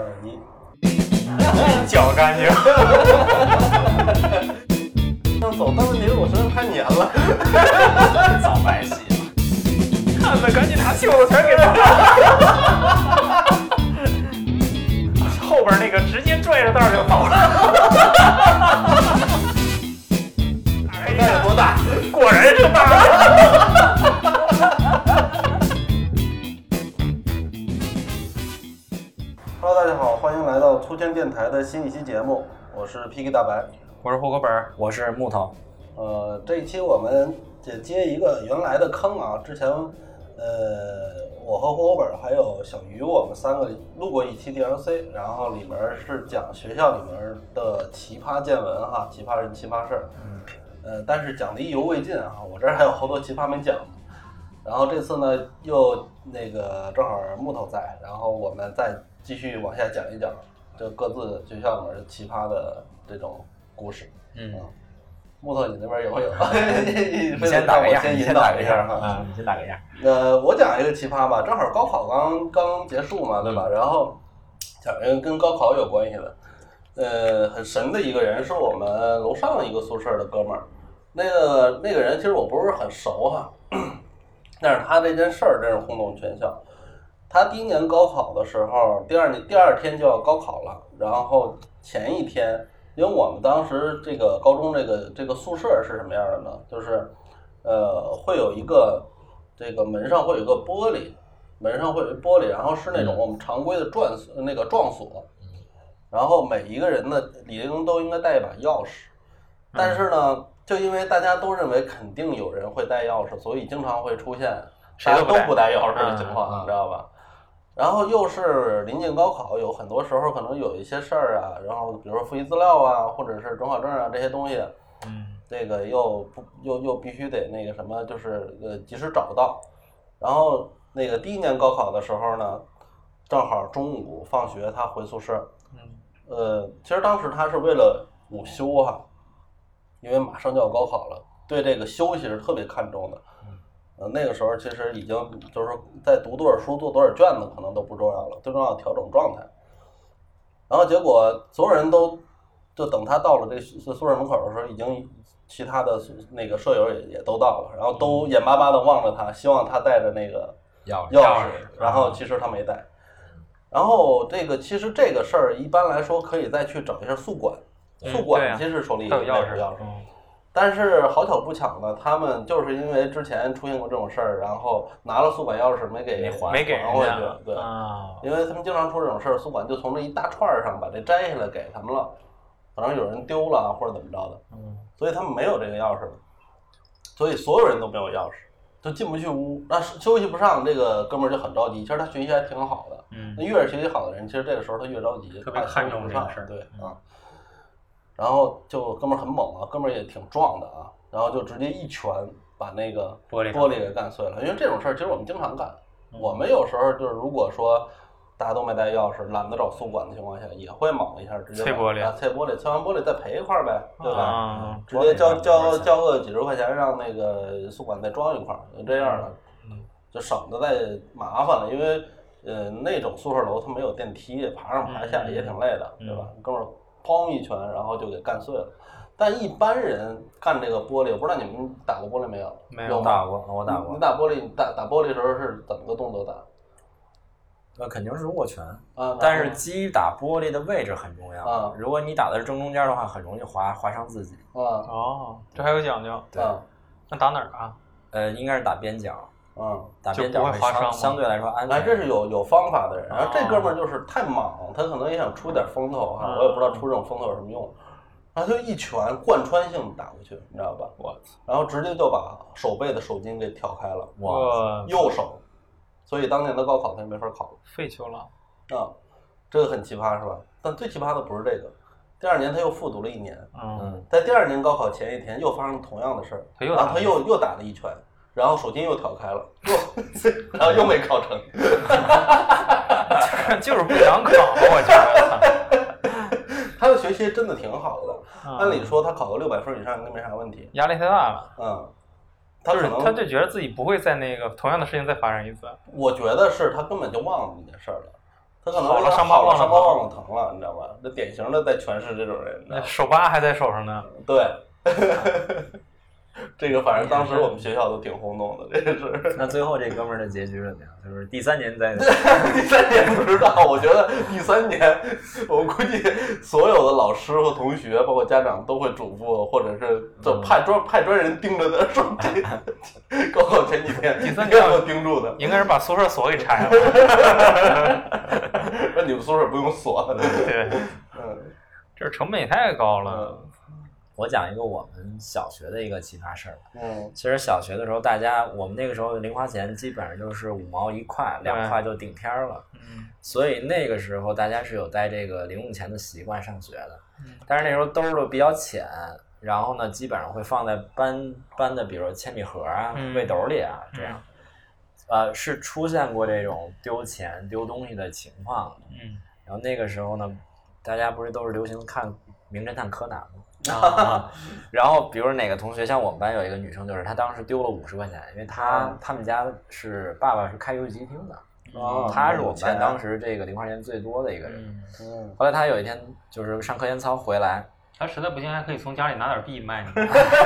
你脚干净。 想走，但问题是我身上太黏了， 早白洗了。看着赶紧拿袖子全给他。后边那个直接拽着袋就跑了。 哎呀，多大？ 果然是大。 Hello， 大家好，欢迎来到粗圈电台的新一期节目，我是 PK 大白， 我是户口本，我是木头。 这一期我们接一个原来的坑啊，之前我和户口本还有小鱼，我们三个录过一期 DLC， 然后里面是讲学校里面的奇葩见闻哈，奇葩人奇葩事儿。但是讲的意犹未尽啊，我这儿还有好多奇葩没讲。然后这次呢，又那个正好木头在，然后我们再继续往下讲一讲，就各自学校里面奇葩的这种故事。木头，你那边有没有？ 你先打个样， 先引导一下哈。 你先打个样。 我讲一个奇葩吧，正好高考刚结束嘛，对吧？然后讲一个跟高考有关系的。很神的一个人是我们楼上一个宿舍的哥们儿。那个人其实我不是很熟哈，但是他这件事儿真是轰动全校。他第一年高考的时候，第二天就要高考了，然后前一天。因为我们当时这个高中这个宿舍是什么样的呢？就是会有一个这个门上会有一个玻璃，门上会有玻璃，然后是那种我们常规的撞锁，然后每一个人呢理应都应该带一把钥匙，但是呢，就因为大家都认为肯定有人会带钥匙，所以经常会出现大家都不带钥匙的情况，你知道吧？然后又是临近高考，有很多时候可能有一些事儿啊，然后比如说复习资料啊，或者是准考证啊这些东西，这个又必须得那个什么，就是及时找到。然后那个第一年高考的时候呢，正好中午放学他回宿舍，其实当时他是为了午休哈，因为马上就要高考了，对这个休息是特别看重的。那个时候其实已经就是在读多少书做多少卷子可能都不重要了，最重要调整状态。然后结果所有人就等他到了这宿舍门口的时候，已经其他的那个舍友也都到了，然后都眼巴巴的望着他，希望他带着那个钥匙，然后其实他没带。然后其实这个事儿一般来说可以再去找一下宿管，宿管其实手里有钥匙。但是好巧不巧呢，他们就是因为之前出现过这种事儿，然后拿了宿管钥匙没给还回去，对，因为他们经常出这种事儿，宿管就从这一大串上把这摘下来给他们了，可能有人丢了或者怎么着的，所以他们没有这个钥匙，所以所有人都没有钥匙，就进不去屋。那休息不上，这个哥们儿就很着急。其实他学习还挺好的，那越是学习好的人，其实这个时候他越着急， 特别看重这个事儿， 对啊。然后就哥们儿很猛啊，哥们儿也挺壮的啊，然后就直接一拳把那个玻璃给干碎了。因为这种事儿其实我们经常干，我们有时候就是如果说大家都没带钥匙，懒得找宿管的情况下，也会莽一下，直接碎玻璃， 碎完玻璃再赔一块呗，对吧？直接交个几十块钱让那个宿管再装一块，就这样了，就省得再麻烦了。因为那种宿舍楼它没有电梯，爬上爬下也挺累的，对吧？哥们儿砰一拳，然后就给干碎了。但一般人干这个玻璃，我不知道你们打过玻璃没有？ 没有打过，我打过。 你打玻璃，打玻璃的时候是怎么个动作打？ 那肯定是握拳啊，但是击打玻璃的位置很重要啊。如果你打的是正中间的话，很容易划伤自己啊。哦，这还有讲究。 对， 那打哪儿啊？ 应该是打边角。打边角会相对来说安全。 这是有方法的人。然后这哥们儿就是太莽，他可能也想出点风头哈，我也不知道出这种风头有什么用。然后就一拳贯穿性打过去，你知道吧？然后直接就把手背的手筋给挑开了。右手，所以当年的高考他就没法考了， 废球了。 这个很奇葩是吧？但最奇葩的不是这个，第二年他又复读了一年。在第二年高考前一天又发生同样的事儿，然后他又打了一拳。然后手筋又挑开了，然后又没考成， 就是不想考，我觉得。 他的学习真的挺好的，按理说他考个600分以上应该没啥问题。 压力太大了。他就觉得自己不会在那个同样的事情再发生一次。 我觉得是他根本就忘了那件事儿了， 他可能好了伤疤忘了疼了，你知道吧？这典型的在诠释这种人。 那手疤还在手上呢。 对。这个反正当时我们学校都挺轰动的，这个是。 那最后这哥们儿的结局怎么样？就是第3年在。 第3年不知道，我觉得第3年，我估计所有的老师和同学，包括家长都会嘱咐，或者是就派专人盯着他说，高考前几天， 第3年要盯住的， 应该是把宿舍锁给拆了。 那你们宿舍不用锁。 对，这成本也太高了。 我讲一个我们小学的一个奇葩事儿。其实小学的时候，我们那个时候零花钱基本上就是5毛1块，2块就顶天了。所以那个时候大家是有带这个零用钱的习惯上学的。但是那时候兜都比较浅，然后呢，基本上会放在班的，比如铅笔盒啊、背兜里啊这样。是出现过这种丢钱、丢东西的情况。然后那个时候呢，大家不是都是流行看《名侦探柯南》吗？然后比如哪个同学，像我们班有一个女生，就是她当时丢了50块钱，因为他们家是爸爸是开游戏机厅的，她是我们班当时这个零花钱最多的一个人。后来她有一天就是上课间操回来， 她实在不行还可以从家里拿点币卖你。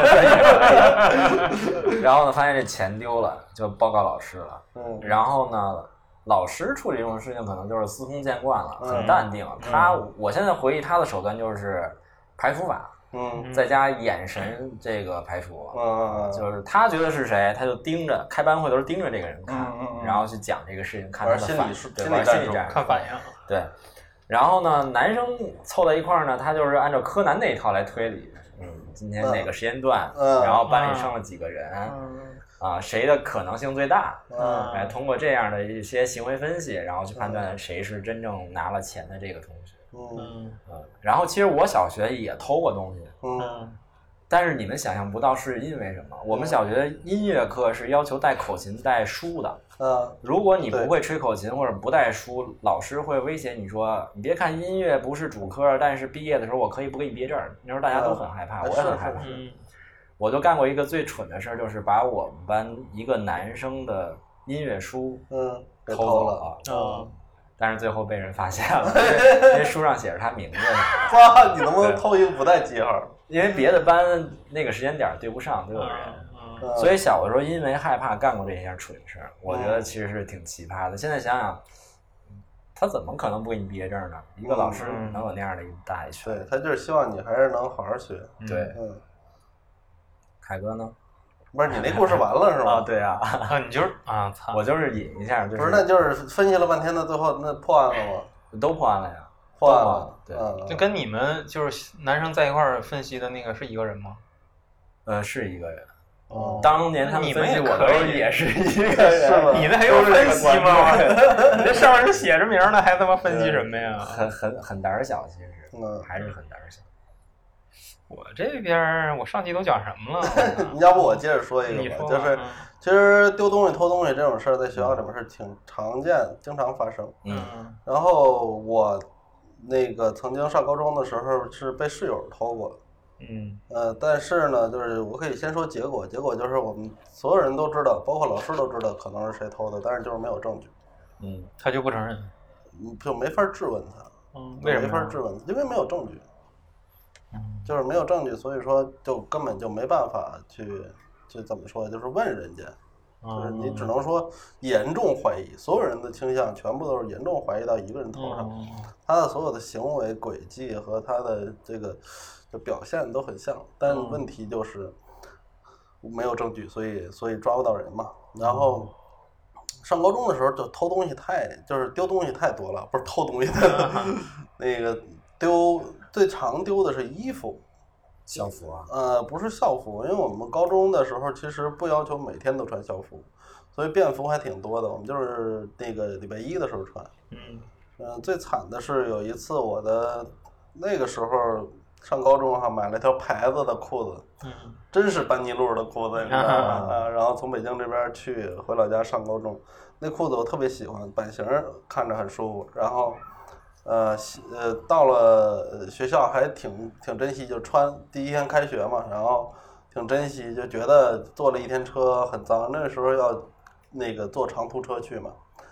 然后呢，发现这钱丢了，就报告老师了。然后呢，老师处理这种事情可能就是司空见惯了，很淡定。我现在回忆他的手段就是排除法。再加眼神这个排除。就是他觉得是谁，他就盯着，开班会都是盯着这个人看，然后去讲这个事情，看他的反应，心理战术， 看反应。 对。然后呢，男生凑在一块儿呢，他就是按照柯南那一套来推理。今天哪个时间段，然后班里剩了几个人，谁的可能性最大？通过这样的一些行为分析，然后去判断谁是真正拿了钱的这个同学。然后其实我小学也偷过东西。但是你们想象不到是因为什么？我们小学的音乐课是要求带口琴带书的。如果你不会吹口琴或者不带书，老师会威胁你说，你别看音乐不是主科，但是毕业的时候我可以不给你毕业证。那时候大家都很害怕，我也很害怕。我就干过一个最蠢的事，就是把我们班一个男生的音乐书偷走了。但是最后被人发现了，因为书上写着他名字。 哇，你能不能偷一个不带记号？ 因为别的班那个时间点对不上，都有人。所以小的时候因为害怕干过这些蠢事，我觉得其实是挺奇葩的。现在想想，他怎么可能不给你毕业证呢？一个老师能有那样的一大一群？ 对，他就是希望你还是能好好学。 对，凯哥呢？ 不是你那故事完了是吧？ 对啊， 你就是操！ 我就是引一下， 不是，那就是分析了半天，那最后那破案了吗？ 都破案了呀， 破案了。 对，就跟你们就是男生在一块儿分析的那个是一个人吗？ 是一个人。当年他们分析我的时候也是一个人，是吧？ 你那还用分析吗？你这上面写着名呢，还他妈分析什么呀？ 很胆小，其实还是很胆小。 我这边我上期都讲什么了？ 要不我接着说一个吧，就是其实丢东西、偷东西这种事儿在学校里面是挺常见、经常发生。然后我那个曾经上高中的时候是被室友偷过。但是呢，就是我可以先说结果就是我们所有人都知道，包括老师都知道可能是谁偷的，但是就是没有证据。 他就不承认， 就没法质问他。 为什么？ 没法质问，因为没有证据。就是没有证据，所以说就根本就没办法去怎么说，就是问人家，就是你只能说严重怀疑，所有人的倾向全部都是严重怀疑到一个人头上，他的所有的行为轨迹和他的这个表现都很像，但问题就是没有证据，所以抓不到人嘛。然后上高中的时候就偷东西就是丢东西太多了，不是偷东西那个最常丢的是衣服。 校服啊？ 不是校服，因为我们高中的时候其实不要求每天都穿校服，所以便服还挺多的。我们就是那个礼拜一的时候穿。最惨的是有一次我的那个时候上高中买了条牌子的裤子，真是班尼路的裤子，你知道吗？然后从北京这边回老家上高中，那裤子我特别喜欢，版型看着很舒服，然后。到了学校还挺珍惜，就穿第一天开学嘛，然后挺珍惜，就觉得坐了一天车很脏，那时候要那个坐长途车去嘛，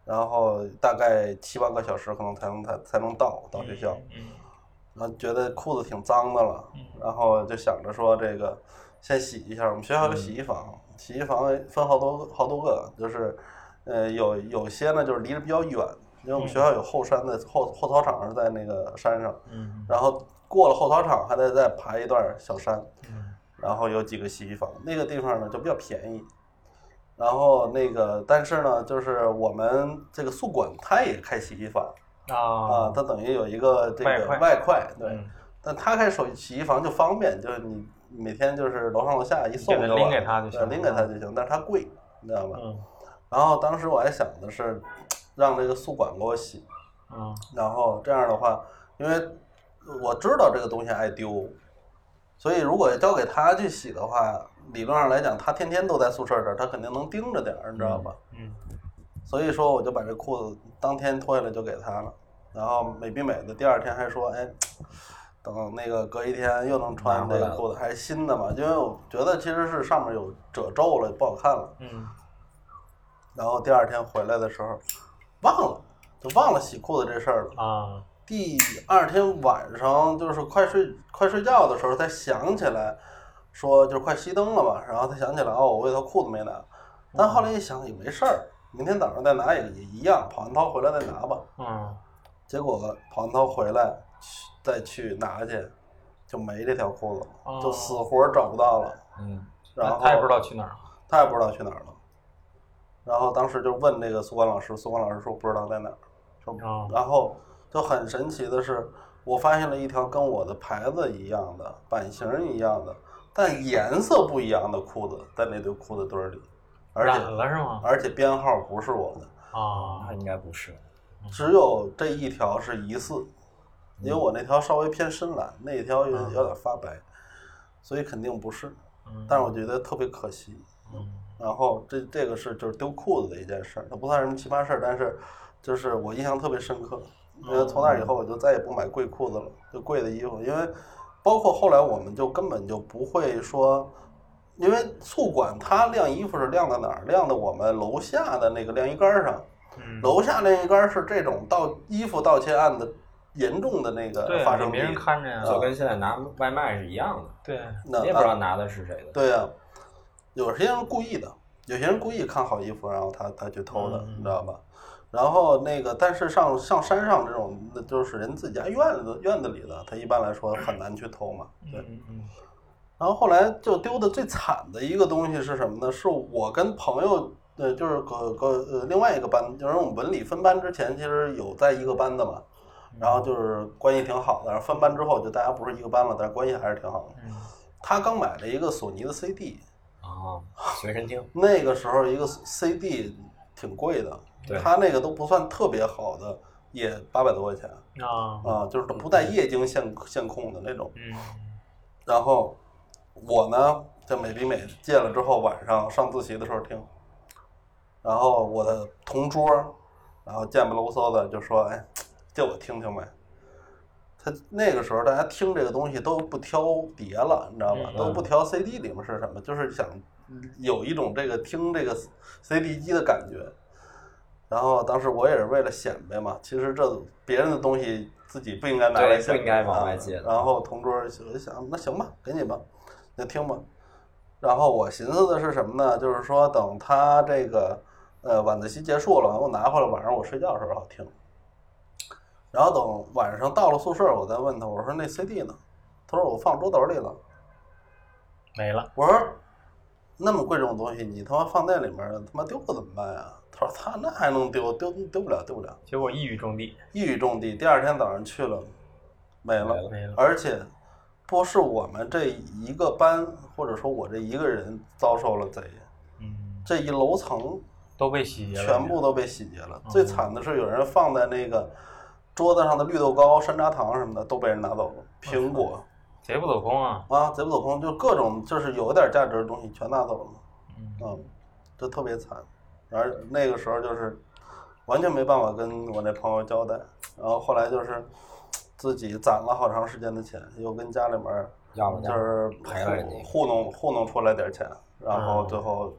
然后大概7、8个小时可能才能到学校，然后觉得裤子挺脏的了，然后就想着说这个先洗一下。我们学校有洗衣房，洗衣房分好多个，就是有些呢就是离得比较远，因为我们学校有后山的后操场是在那个山上，然后过了后操场还得再爬一段小山，然后有几个洗衣房，那个地方呢就比较便宜。然后那个，但是呢，就是我们这个宿管他也开洗衣房啊，他等于有一个这个外快，对，但他开洗衣房就方便，就是你每天就是楼上楼下一送就拎给他就行， 拎给他就行，但是他贵，你知道吧？然后当时我还想的是让这个宿管给我洗，然后这样的话，因为我知道这个东西爱丢，所以如果交给他去洗的话，理论上来讲，他天天都在宿舍这儿，他肯定能盯着点儿，你知道吧？所以说我就把这裤子当天脱下来就给他了，然后美的第二天还说，哎，等那个隔一天又能穿这个裤子，还是新的嘛，因为我觉得其实是上面有褶皱了，不好看了。然后第二天回来的时候，忘了洗裤子这事儿了啊。第二天晚上就是快睡觉的时候才想起来，说就是快熄灯了嘛，然后才想起来我外头裤子没拿，但后来一想也没事儿，明天早上再拿也一样，跑完操回来再拿吧。结果跑完操回来再去拿去，就没这条裤子了，就死活找不到了。然后他也不知道去哪儿了。然后当时就问那个宿管老师，宿管老师说不知道在哪儿。然后就很神奇的是，我发现了一条跟我的牌子一样的、版型一样的，但颜色不一样的裤子在那堆裤子堆里， 染了是吗？ 而且编号不是我的那应该不是， 只有这一条是疑似，因为我那条稍微偏深蓝，那一条有点发白，所以肯定不是。但是我觉得特别可惜。然后这个是就是丢裤子的一件事，它不算什么奇葩事，但是就是我印象特别深刻。因为从那以后我就再也不买贵裤子了，就贵的衣服，因为包括后来我们就根本就不会说，因为宿管他晾衣服是晾在哪儿？晾在我们楼下的那个晾衣杆上。楼下晾衣杆是这种衣服盗窃案的严重的那个发生地， 没人看着呀， 就跟现在拿外卖是一样的。 对， 你也不知道拿的是谁的。 对呀，有些人故意的，有些人故意看好衣服，然后他去偷的，你知道吧？然后那个，但是上山上这种，就是人自己家院子里的，他一般来说很难去偷嘛。对。然后后来就丢的最惨的一个东西是什么呢？是我跟朋友，就是另外一个班，就是我们文理分班之前其实有在一个班的嘛，然后就是关系挺好的。然后分班之后就大家不是一个班了，但是关系还是挺好的。他刚买了一个索尼的 CD。 随身听。 那个时候一个 CD 挺贵的。他那个都不算特别好的，也800多块钱就是不带液晶线控的那种。然后我呢，在美借了之后，晚上上自习的时候听。然后我的同桌，然后见不喽嗦的就说：“哎，借我听听呗。”他那个时候大家听这个东西都不挑碟了，你知道吧？都不挑 CD 里面是什么，就是想有一种这个听这个 CD 机的感觉。然后当时我也是为了显摆嘛，其实这别人的东西自己不应该拿来显摆， 不应该往外借。 然后同桌就想，那行吧，给你吧，你听吧。然后我寻思的是什么呢？就是说等他这个晚自习结束了，我拿回来晚上我睡觉的时候好听。然后等晚上到了宿舍，我再问他，我说那 CD 呢？他说我放桌斗里了， 没了。 我说那么贵重的东西，你他妈放那里面，他妈丢了怎么办呀？他说他那还能丢不了。 结果一语中的。 第二天早上去了，没了。而且不是我们这一个班，或者说我这一个人遭受了贼，这一楼层都被洗劫了， 全部都被洗劫了。最惨的是有人放在那个桌子上的绿豆糕、山楂糖什么的都被人拿走了，苹果。 贼不走空啊！ 贼不走空，就各种就是有点价值的东西全拿走了，这特别惨。而那个时候就是完全没办法跟我那朋友交代，然后后来就是自己攒了好长时间的钱，又跟家里面就是糊弄出来点钱，然后最后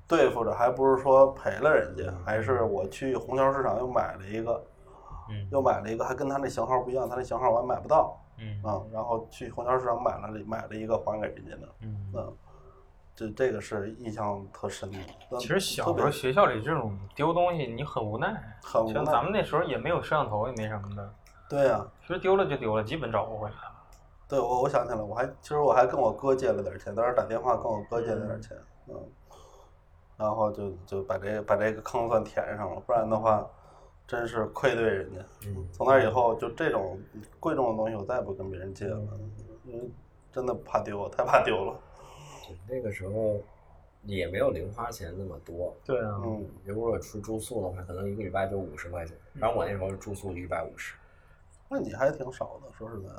对付着，还不是说赔了人家，还是我去虹桥市场又买了一个，还跟他那型号不一样，他那型号我还买不到，然后去虹桥市场买了一个还给人家的，这个是印象特深的。 其实小时候学校里这种丢东西，你很无奈，像咱们那时候也没有摄像头，也没什么的。 对呀， 其实丢了就丢了，基本找不回来了。 对，我想起来，其实我还跟我哥借了点钱，当时打电话跟我哥借了点钱，然后就把这个坑算填上了，不然的话，真是愧对人家。从那以后，就这种贵重的东西，我再也不跟别人借了，因为真的怕丢，太怕丢了。 那个时候也没有零花钱那么多。 对啊， 如果去住宿的话，可能一个礼拜就50块钱，然后我那时候住宿150。 那你还挺少的，说实在的。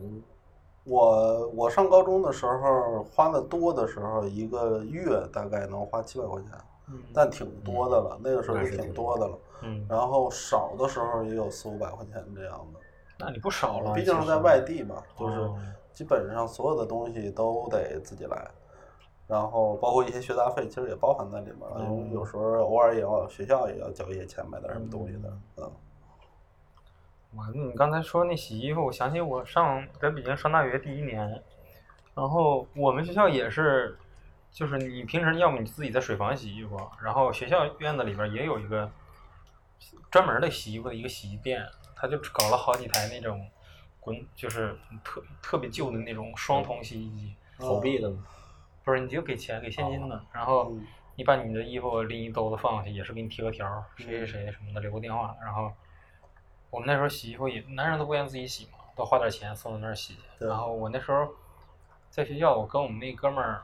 我上高中的时候花的多的时候，一个月大概能花700块钱，但挺多的了，那个时候就挺多的了。然后少的时候也有400-500块钱这样的。 那你不少了。 毕竟是在外地嘛，就是基本上所有的东西都得自己来，然后包括一些学杂费，其实也包含在里面了。因为有时候偶尔学校也要交一些钱买点什么东西的。 你刚才说那洗衣服，我想起我在北京上大学第1年，然后我们学校也是，就是你平时要么你自己在水房洗衣服，然后学校院子里边也有一个专门的洗衣服的一个洗衣店，他就搞了好几台那种就是特别旧的那种双筒洗衣机， 投币的吗？ 不是，你就给钱给现金的，然后你把你的衣服拎一兜子放上去，也是给你贴个条，谁什么的留个电话，然后。我们那时候洗衣服也，男人都不愿意自己洗嘛，都花点钱送到那儿洗。然后我那时候在学校，我跟我们那哥们儿，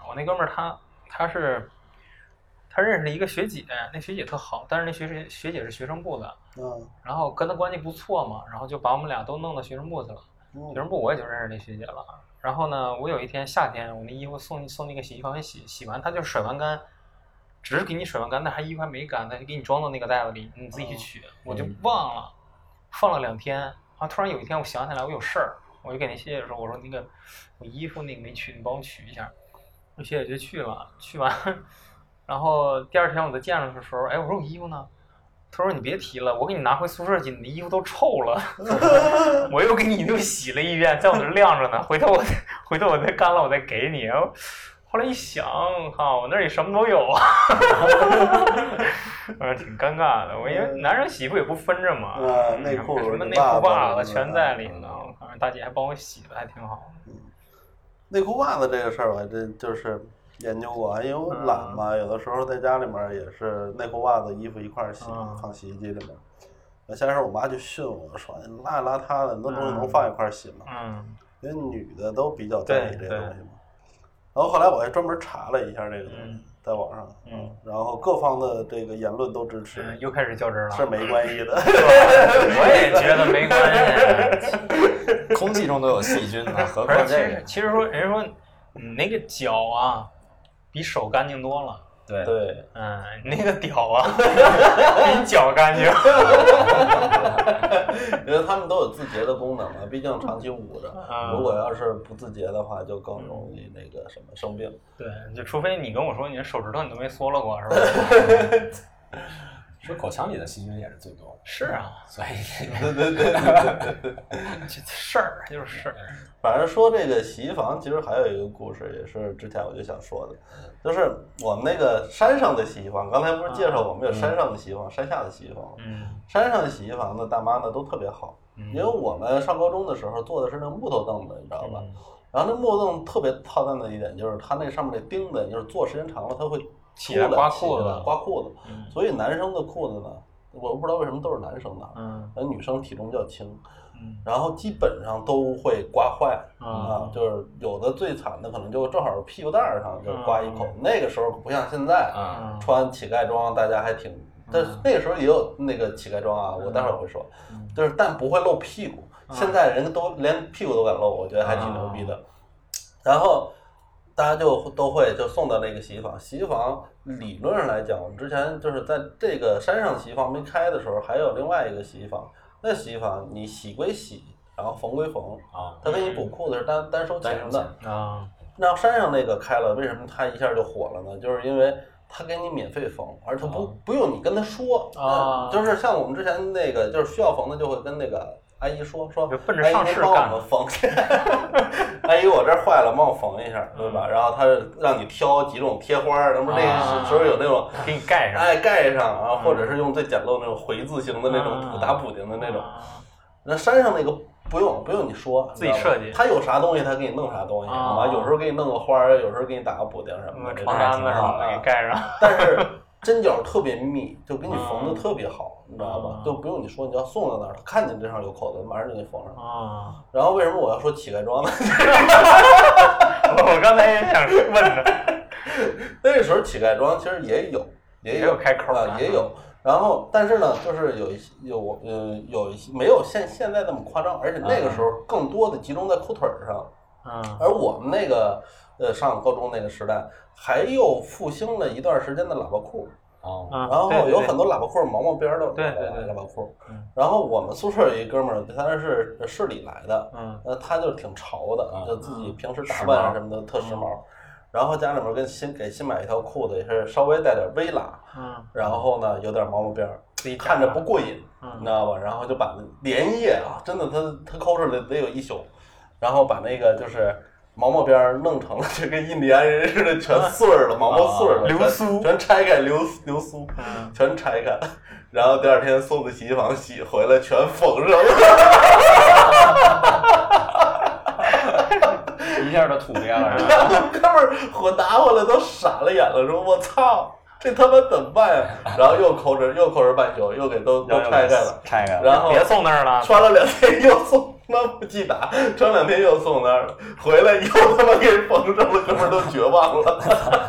他认识了一个学姐，那学姐特好，但是那学姐是学生部的，然后跟他关系不错嘛，然后就把我们俩都弄到学生部去了。学生部我也就认识那学姐了。然后呢，我有一天夏天，我那衣服送那个洗衣房洗，洗完他就甩完干，只是给你甩完干，但还衣服还没干，他就给你装到那个袋子里，你自己去取，我就忘了。放了2天，突然有一天我想起来我有事儿，我就给那学姐说，我说那个我衣服那个没取，你帮我取一下。那学姐就去了，去完，然后第2天我再见了的时候，我说我衣服呢？他说你别提了，我给你拿回宿舍去，你的衣服都臭了。我又给你又洗了一遍，在我那晾着呢，回头我再干了我再给你。后来一想，我那里什么都有啊，挺尴尬的。我因为男生洗衣服也不分着嘛， 内裤、 什么内裤、袜子全在里头。反正大姐还帮我洗的，还挺好。 内裤、袜子这个事儿，我还真就是研究过，因为我懒嘛，有的时候在家里面也是内裤、袜子、衣服一块儿洗，放洗衣机里面。先是我妈就训我说：“你邋里邋遢的，很多东西能放一块儿洗吗？”因为女的都比较在意这个东西嘛。然后后来我还专门查了一下这个东西，在网上，然后各方的这个言论都支持， 又开始较真了， 是没关系的。 我也觉得没关系，空气中都有细菌呢，何况这个。 其实说人说你那个脚啊，比手干净多了。 对， 你那个屌啊，比你脚干净。 因为他们都有自洁的功能嘛，毕竟长期捂着，如果要是不自洁的话，就更容易那个什么生病。 对，就除非你跟我说你的手指头你都没缩了过，是吧？ 说口腔里的细菌也是最多的。 是啊， 所以这事儿就是事儿。 反正说这个洗衣房，其实还有一个故事，也是之前我就想说的，就是我们那个山上的洗衣房，刚才不是介绍我们有山上的洗衣房、山下的洗衣房。山上的洗衣房的大妈呢都特别好，因为我们上高中的时候坐的是那木头凳子，你知道吧？然后那木头凳特别操蛋的一点就是它那上面那钉子，就是坐时间长了它会起来刮裤子，所以男生的裤子呢，我不知道为什么都是男生的，女生体重较轻，然后基本上都会刮坏就是有的最惨的可能就正好屁股蛋上就刮一口，那个时候不像现在穿乞丐装大家还挺，但是那个时候也有那个乞丐装啊，我待会儿会说，就是但不会露屁股，现在人都连屁股都敢露，我觉得还挺牛逼的。然后大家就都会就送到那个洗衣房，洗衣房理论上来讲，我们之前就是在这个山上洗衣房没开的时候，还有另外一个洗衣房，那洗衣房你洗归洗，然后缝归缝他给你补裤子是单收钱的然后山上那个开了，为什么它一下就火了呢？就是因为他给你免费缝，而且不用你跟他说就是像我们之前那个，就是需要缝的就会跟那个阿姨说， 奔着上市干， 缝去。阿姨，我这坏了，帮我缝一下，对吧？然后他让你挑几种贴花，那不是那个时候有那种给你盖上， 盖上啊，或者是用最简陋那种回字形的那种打补丁的那种。那山上那个不用你说， 自己设计， 他有啥东西他给你弄啥东西，有时候给你弄个花，有时候给你打个补丁什么的， 床单子什么的给盖上。 但是针脚特别密，就给你缝的特别好，你知道吧？就不用你说，你要送到那儿，他看见这上有口子，马上就给你缝上。然后为什么我要说乞丐装呢？ 我刚才也想问呢。 那时候乞丐装其实也有开口也有。然后，但是呢，就是有一些没有现在那么夸张，而且那个时候更多的集中在裤腿上。而我们那个上高中那个时代，还又复兴了一段时间的喇叭裤。然后有很多喇叭裤毛毛边的喇叭裤。然后我们宿舍有一哥们儿，他是市里来的，他就挺潮的，就自己平时打扮什么的特时髦。然后家里面给新买一条裤子，也是稍微带点微喇，然后呢有点毛毛边，看着不过瘾，你知道吧？然后就把连夜啊，真的他抠出来得有一宿，然后把那个就是毛毛边弄成了就跟印第安人似的，全穗儿了，毛毛穗儿了， 流苏全拆开，流苏，全拆开，然后第二天送到洗衣房洗回来，全缝上了。 一下就吐掉了， 然后哥们儿我拿回来都傻了眼了，说我操，这他妈怎么办呀？然后又抠着半宿，又给都拆开了，然后别送那儿了， 穿了2天又送，那不记打，穿2天又送那儿了，回来又他妈给缝上了，哥们儿都绝望了。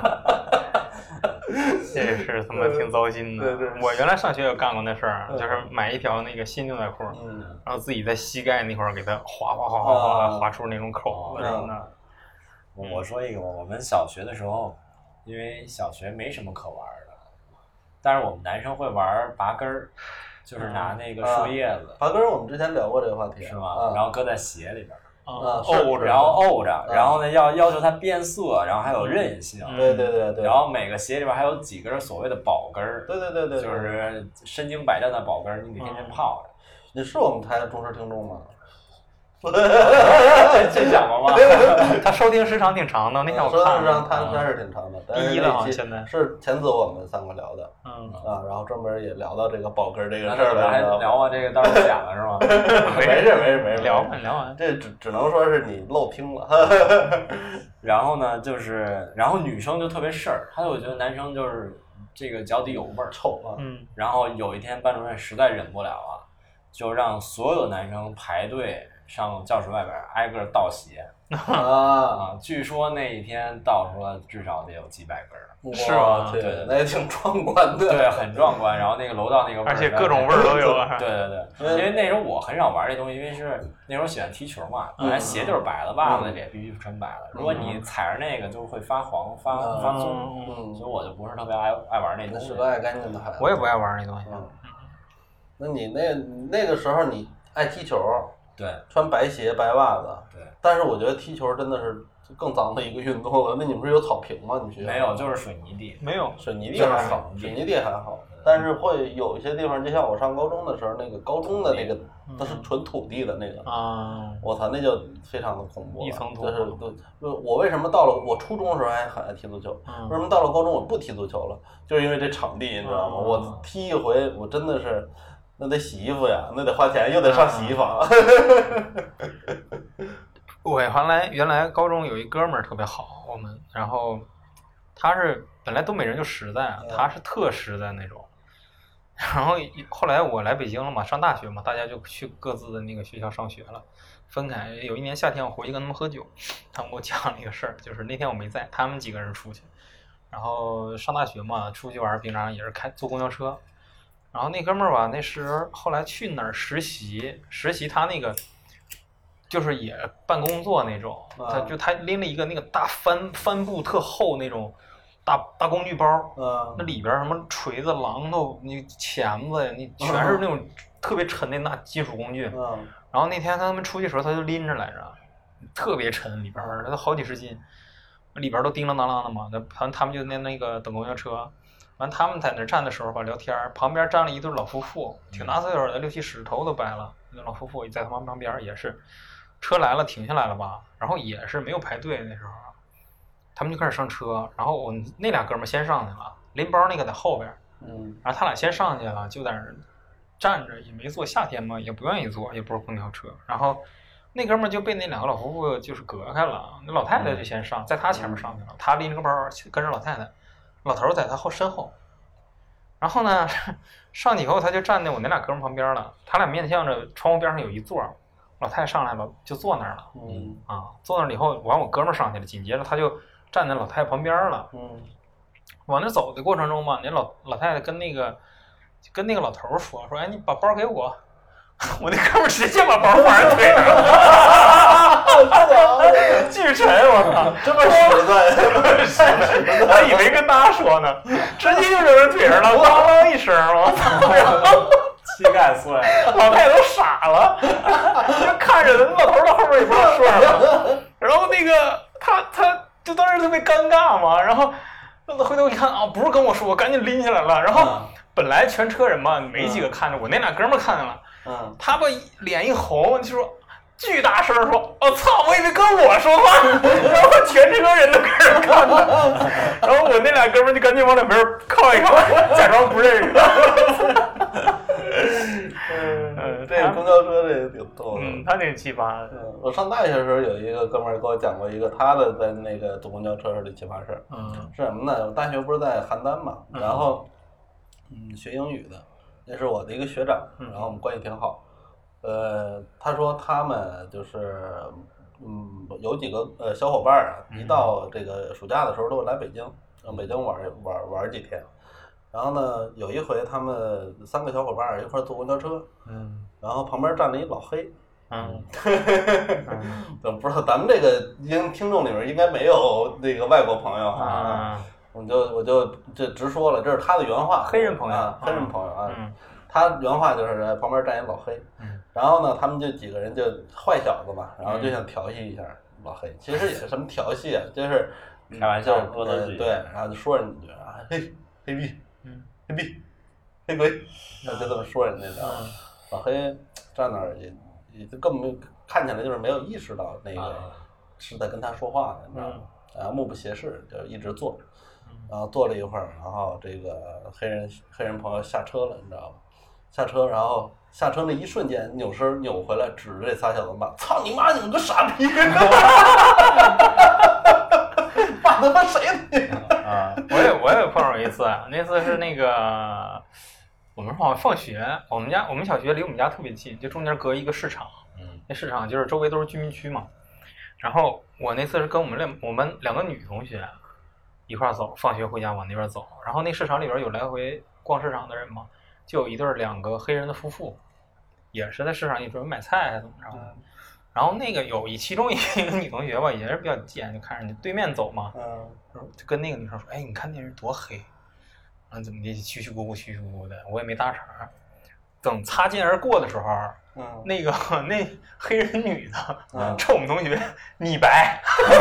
这是他妈挺糟心的。我原来上学也干过那事儿，就是买一条那个新牛仔裤，然后自己在膝盖那块儿给它划出那种口子什么的。 我说一个，我们小学的时候，因为小学没什么可玩的，但是我们男生会玩拔根儿，就是拿那个树叶子。 拔根儿我们之前聊过这个话题， 是吗？然后搁在鞋里边。 沤着， 然后沤着，然后呢要求它变色，然后还有韧性。 对。 然后每个鞋里边还有几根所谓的宝根儿。 对。 就是身经百战的宝根儿，你得天天泡着。 你是我们台的忠实听众吗？ 这讲过吗？ 他收听时长挺长的，那天我看。收听时长他是挺长的， 第一了好像现在是前次我们3个聊的，然后专门也聊到这个宝根这个事儿了。 还聊啊，这个当时讲了是吗？ 没事， 聊完， 这只能说是你漏听了。 然后呢，然后女生就特别事儿，她就觉得男生就是这个脚底有味儿， 臭啊。 然后有一天班主任实在忍不了了，就让所有的男生排队上教室外边挨个倒鞋据说那一天倒出了至少得有几百根， 是吗？ 对，那也挺壮观的。 对，很壮观。然后那个楼道那个味儿， 而且各种味儿都有。 对，因为那时候我很少玩这东西，因为是那时候喜欢踢球嘛，本来鞋就是白的，袜子也必须穿白的。如果你踩着那个就会发黄、发棕，所以我就不是特别爱玩那东西。 是个爱干净的孩子。 我也不爱玩那东西。 那你那个时候你爱踢球？ 对， 穿白鞋白袜子。 对， 但是我觉得踢球真的是更脏的一个运动了。那你们是有草坪吗？你们学校没有，就是水泥地。 没有， 水泥地还好，水泥地还好。但是会有一些地方，就像我上高中的时候，那个高中的那个它是纯土地的那个我操，那就非常的恐怖了。 一层土。 就是我为什么到了我初中的时候还很爱踢足球，为什么到了高中我不踢足球了？就是因为这场地，你知道吗？我踢一回，我真的是。那得洗衣服呀，那得花钱，又得上洗衣房。 我原来高中有一哥们儿特别好，我们，然后他是本来东北人就实在，他是特实在那种。然后后来我来北京了嘛，上大学嘛，大家就去各自的那个学校上学了，分开。有一年夏天我回去跟他们喝酒，他们给我讲了一个事儿，就是那天我没在，他们几个人出去，然后上大学嘛，出去玩平常也是坐公交车。然后那哥们儿吧，那时后来去哪儿实习他那个就是也办工作那种，他拎了一个那个大帆布特厚那种大工具包，那里边什么锤子、榔头、你钳子，你全是那种特别沉的那金属工具。然后那天他们出去的时候，他就拎着来着，特别沉，里边他都好几十斤。 里边都叮铃当啷的嘛，他们就那个等公交车，完他们在那站的时候吧聊天，旁边站了一对老夫妇，挺大岁数的，60、70头都白了，那老夫妇在他们旁边也是，车来了停下来了吧，然后也是没有排队那时候，他们就开始上车，然后我那俩哥们先上去了，拎包那个在后边，然后他俩先上去了，就在那站着也没坐，夏天嘛也不愿意坐，也不是公交车，然后那哥们就被那两个老夫妇就是隔开了，那老太太就先上，在他前面上去了，他拎着个包跟着老太太，老头在他身后，然后呢上去以后他就站在我那俩哥们旁边了，他俩面向着窗户边上有一座，老太太上来了就坐那儿了，坐那儿以后完我哥们上去了，紧接着他就站在老太太旁边了，往那走的过程中嘛，那老太太跟那个老头说，哎，你把包给我。我那哥们直接把包放人腿上了，巨沉，我操， 这么实在， 我以为跟他说呢，直接就扔人腿上了，咣啷一声，我操， 膝盖碎了， 老太太都傻了，就看着那老头到后面也不知道说什么，然后那个他就当时特别尴尬嘛，然后回头一看啊，不是跟我说，我赶紧拎起来了，然后本来全车人嘛，没几个看着我，那俩哥们看见了。他把脸一红，就说巨大声说：“我操！我以为跟我说话。”然后全车人都开始看他，然后我那俩哥们就赶紧往两边靠一靠，假装不认识。 这个公交车这个挺逗的。 他挺奇葩的。 我上大学的时候有一个哥们儿跟我讲过一个他的在那个坐公交车上的奇葩事儿。是什么呢？我大学不是在邯郸嘛，然后学英语的。那是我的一个学长，然后我们关系挺好。他说他们就是有几个小伙伴啊，一到这个暑假的时候都会来北京，让北京玩几天。然后呢，有一回他们3个小伙伴一块坐公交车，然后旁边站了一老黑。不知道咱们这个听众里面应该没有那个外国朋友啊。我就这直说了，这是他的原话。 黑人朋友啊，黑人朋友啊，他原话就是旁边站一老黑，然后呢，他们就几个人就坏小子嘛，然后就想调戏一下老黑，其实也是什么调戏啊，就是开玩笑恶作剧， 对，然后就说人家啊，嘿，黑逼，黑逼，黑鬼，就这么说人家的。老黑站那儿也就根本看起来就是没有意识到那个是在跟他说话的，你知道吗？然后目不斜视，就一直坐着。然后坐了一会儿，然后这个黑人朋友下车了，你知道吗？下车，然后下车那一瞬间扭身扭回来，指着这仨小子骂：“操你妈！你们个傻逼！”骂他妈谁呢？ 我也碰上一次，那次是那个我们放学，我们小学离我们家特别近，就中间隔一个市场，那市场就是周围都是居民区嘛。然后我那次是跟我们2个女同学。一块走，放学回家往那边走，然后那市场里边有来回逛市场的人嘛，就有2个黑人的夫妇，也是在市场里准备买菜还是怎么着的，然后那个其中一个女同学吧，也是比较贱，就看人家对面走嘛，就跟那个女生说，哎，你看那人多黑，怎么的，虚虚咕咕的，我也没搭茬。等擦肩而过的时候，那黑人女的，冲我们同学，你白。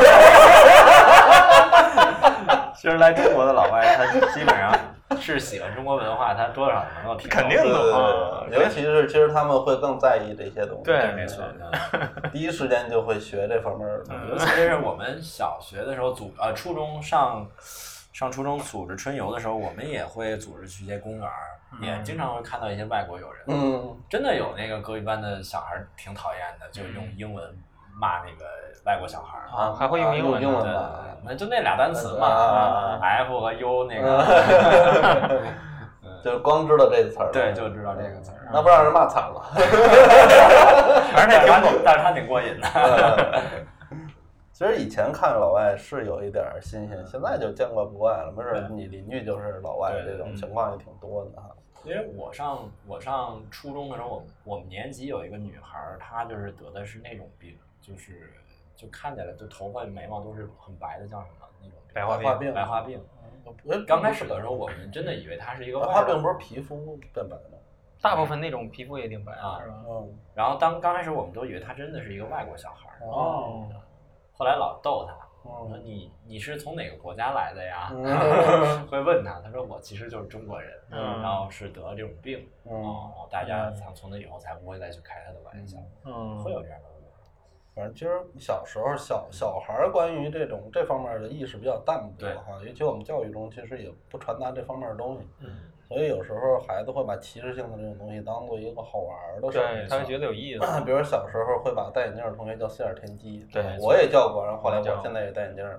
其实来中国的老外，他基本上是喜欢中国文化，他多少能够听懂。 肯定的， 尤其是其实他们会更在意这些东西。 对， 没错。 第一时间就会学这方面。 尤其是我们小学的时候初中上初中组织春游的时候，我们也会组织去一些公园，也经常会看到一些外国友人。真的有那个隔壁班的小孩挺讨厌的，就用英文骂那个外国小孩还会用英文吧？ 那就那俩单词嘛，F 和 U 那个， 就是光知道这个词儿。 对，就知道这个词儿。 那不让人骂惨了。 但是他挺过瘾的。 其实以前看老外是有一点新鲜，现在就见怪不怪了。没准你邻居就是老外，这种情况也挺多的哈。 因为我上初中的时候，我们年级有一个女孩，她就是得的是那种病，就看起来就头发眉毛都是很白的，叫什么那种白化病。刚开始的时候，我们真的以为她是一个白化病，不是皮肤变白吗？ 大部分那种皮肤也挺白啊，是吧？ 然后刚开始我们都以为她真的是一个外国小孩。后来老逗她， 你是从哪个国家来的呀？会问他，他说我其实就是中国人，然后是得了这种病，大家从那以后才不会再去开他的玩笑，会有这样的。 反正其实小时候小孩关于这方面的意识比较淡薄哈，尤其我们教育中其实也不传达这方面的东西，所以有时候孩子会把歧视性的这种东西当做一个好玩的事儿， 对，他会觉得有意思。 比如小时候会把戴眼镜的同学叫四眼田鸡， 对， 我也叫过，然后后来我现在也戴眼镜了。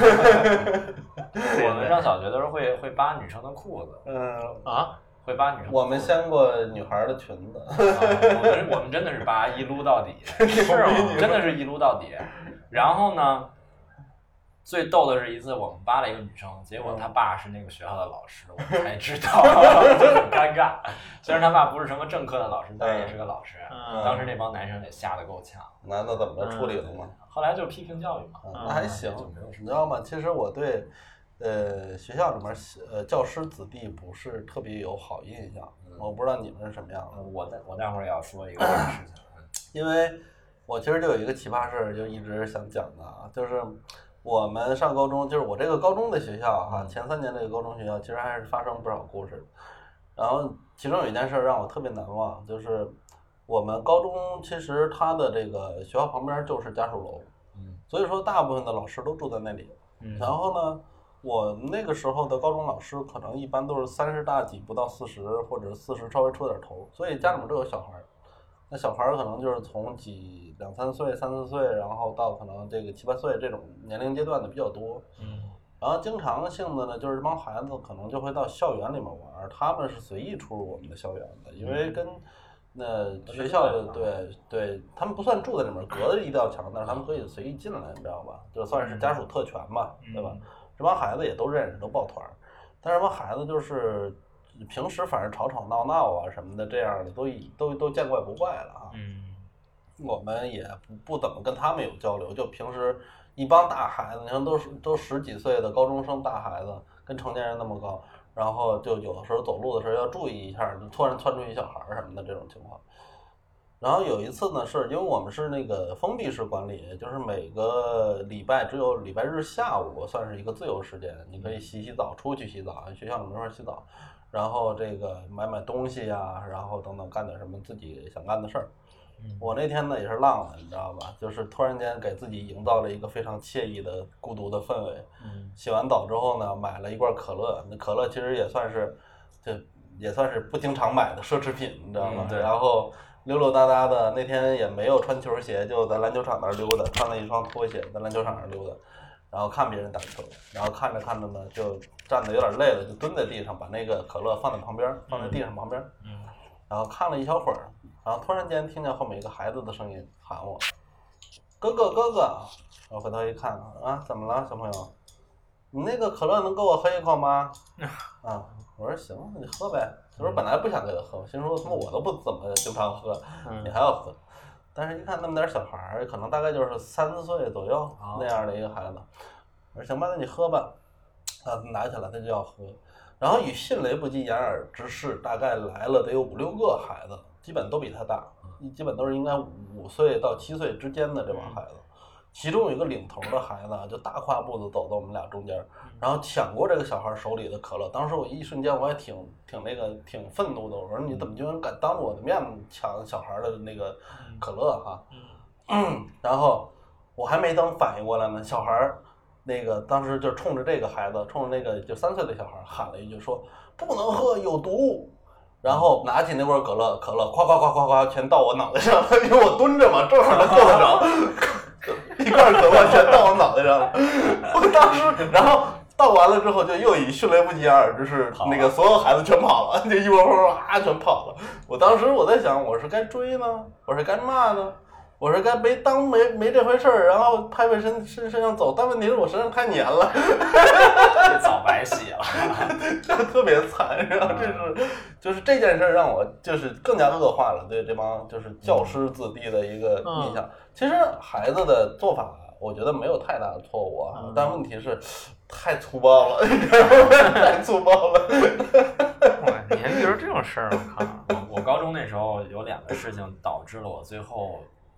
我们上小学的时候会扒女生的裤子，会扒女生。 我们掀过女孩的裙子， 我们真的是扒一撸到底，是吗？真的是一撸到底。然后呢，最逗的是一次我们扒了一个女生，结果她爸是那个学校的老师，我们才知道，就很尴尬。虽然他爸不是什么正科的老师，但也是个老师。当时那帮男生也吓得够呛。 那怎么着处理了吗？ 后来就批评教育嘛。 那还行，你知道吗？其实我对。学校里面教师子弟不是特别有好印象，我不知道你们是什么样的。 我待会儿也要说一个事情， 因为我其实就有一个奇葩事就一直想讲的啊，就是我们上高中，就是我这个高中的学校哈，前3年这个高中学校其实还是发生不少故事，然后其中有一件事让我特别难忘，就是我们高中其实它的这个学校旁边就是家属楼，所以说大部分的老师都住在那里，然后呢。我那个时候的高中老师可能一般都是30大几不到40，或者40稍微出点头，所以家里面都有小孩。那小孩可能就是从2、3岁、3、4岁，然后到可能这个7、8岁这种年龄阶段的比较多。然后经常性的呢，就是这帮孩子可能就会到校园里面玩，他们是随意出入我们的校园的，因为跟学校的对，他们不算住在里面，隔着一道墙，但是他们可以随意进来，你知道吧？就算是家属特权吧，对吧？这帮孩子也都认识，都抱团，但是这帮孩子就是平时反正吵吵闹闹啊什么的，这样的都见怪不怪了啊。我们也不怎么跟他们有交流，就平时一帮大孩子，你看都10几岁的高中生大孩子，跟成年人那么高，然后就有的时候走路的时候要注意一下，就突然窜出一小孩什么的这种情况。然后有一次呢，是因为我们是那个封闭式管理，就是每个礼拜只有礼拜日下午算是一个自由时间，你可以洗澡，出去洗澡，学校里没法洗澡，然后这个买东西呀，然后等等干点什么自己想干的事儿。我那天呢也是浪的，你知道吧？就是突然间给自己营造了一个非常惬意的孤独的氛围。洗完澡之后呢，买了一罐可乐，那可乐其实也算是不经常买的奢侈品，你知道吗？然后。溜溜达达的，那天也没有穿球鞋，就在篮球场那儿溜达，穿了一双拖鞋在篮球场上溜达，然后看别人打球，然后看着看着呢，就站得有点累了，就蹲在地上，把那个可乐放在旁边，放在地上旁边，然后看了一小会儿，然后突然间听见后面一个孩子的声音喊我：“哥哥，哥哥！”我回头一看啊，怎么了，小朋友？你那个可乐能给我喝一口吗？我说行，你喝呗。我说本来不想给他喝，心说他妈我都不怎么经常喝，你还要喝。但是一看那么点小孩儿，可能大概就是3、4岁左右那样的一个孩子。我说行吧，那你喝吧。拿起来他就要喝，然后以迅雷不及掩耳之势，大概来了得有5、6个孩子，基本都比他大，基本都是应该5岁到7岁之间的这帮孩子。其中有一个领头的孩子就大跨步子走到我们俩中间，然后抢过这个小孩手里的可乐。当时我一瞬间我还挺愤怒的，我说你怎么居然敢当着我的面抢小孩的那个可乐哈？然后我还没等反应过来呢，小孩那个当时就冲着这个孩子，冲着那个就3岁的小孩喊了一句说不能喝，有毒。然后拿起那罐可乐，夸夸夸夸夸全倒我脑袋上，因为我蹲着嘛，正好能够得着。一罐可乐全倒我脑袋上了，我当时，然后倒完了之后，就又以迅雷不及掩耳之势，那个所有孩子全跑了，就一窝蜂全跑了。我当时我在想，我是该追呢，我是该骂呢，我是该没这回事儿，然后拍身上走。但问题是我身上太黏了， 早白洗了， 就特别惨。然后就是这件事让我就是更加恶化了对这帮就是教师子弟的一个印象。其实孩子的做法，我觉得没有太大的错误啊，但问题是太粗暴了，太粗暴了。 你还遇着这种事儿？我靠！ 我高中那时候有2个事情导致了我最后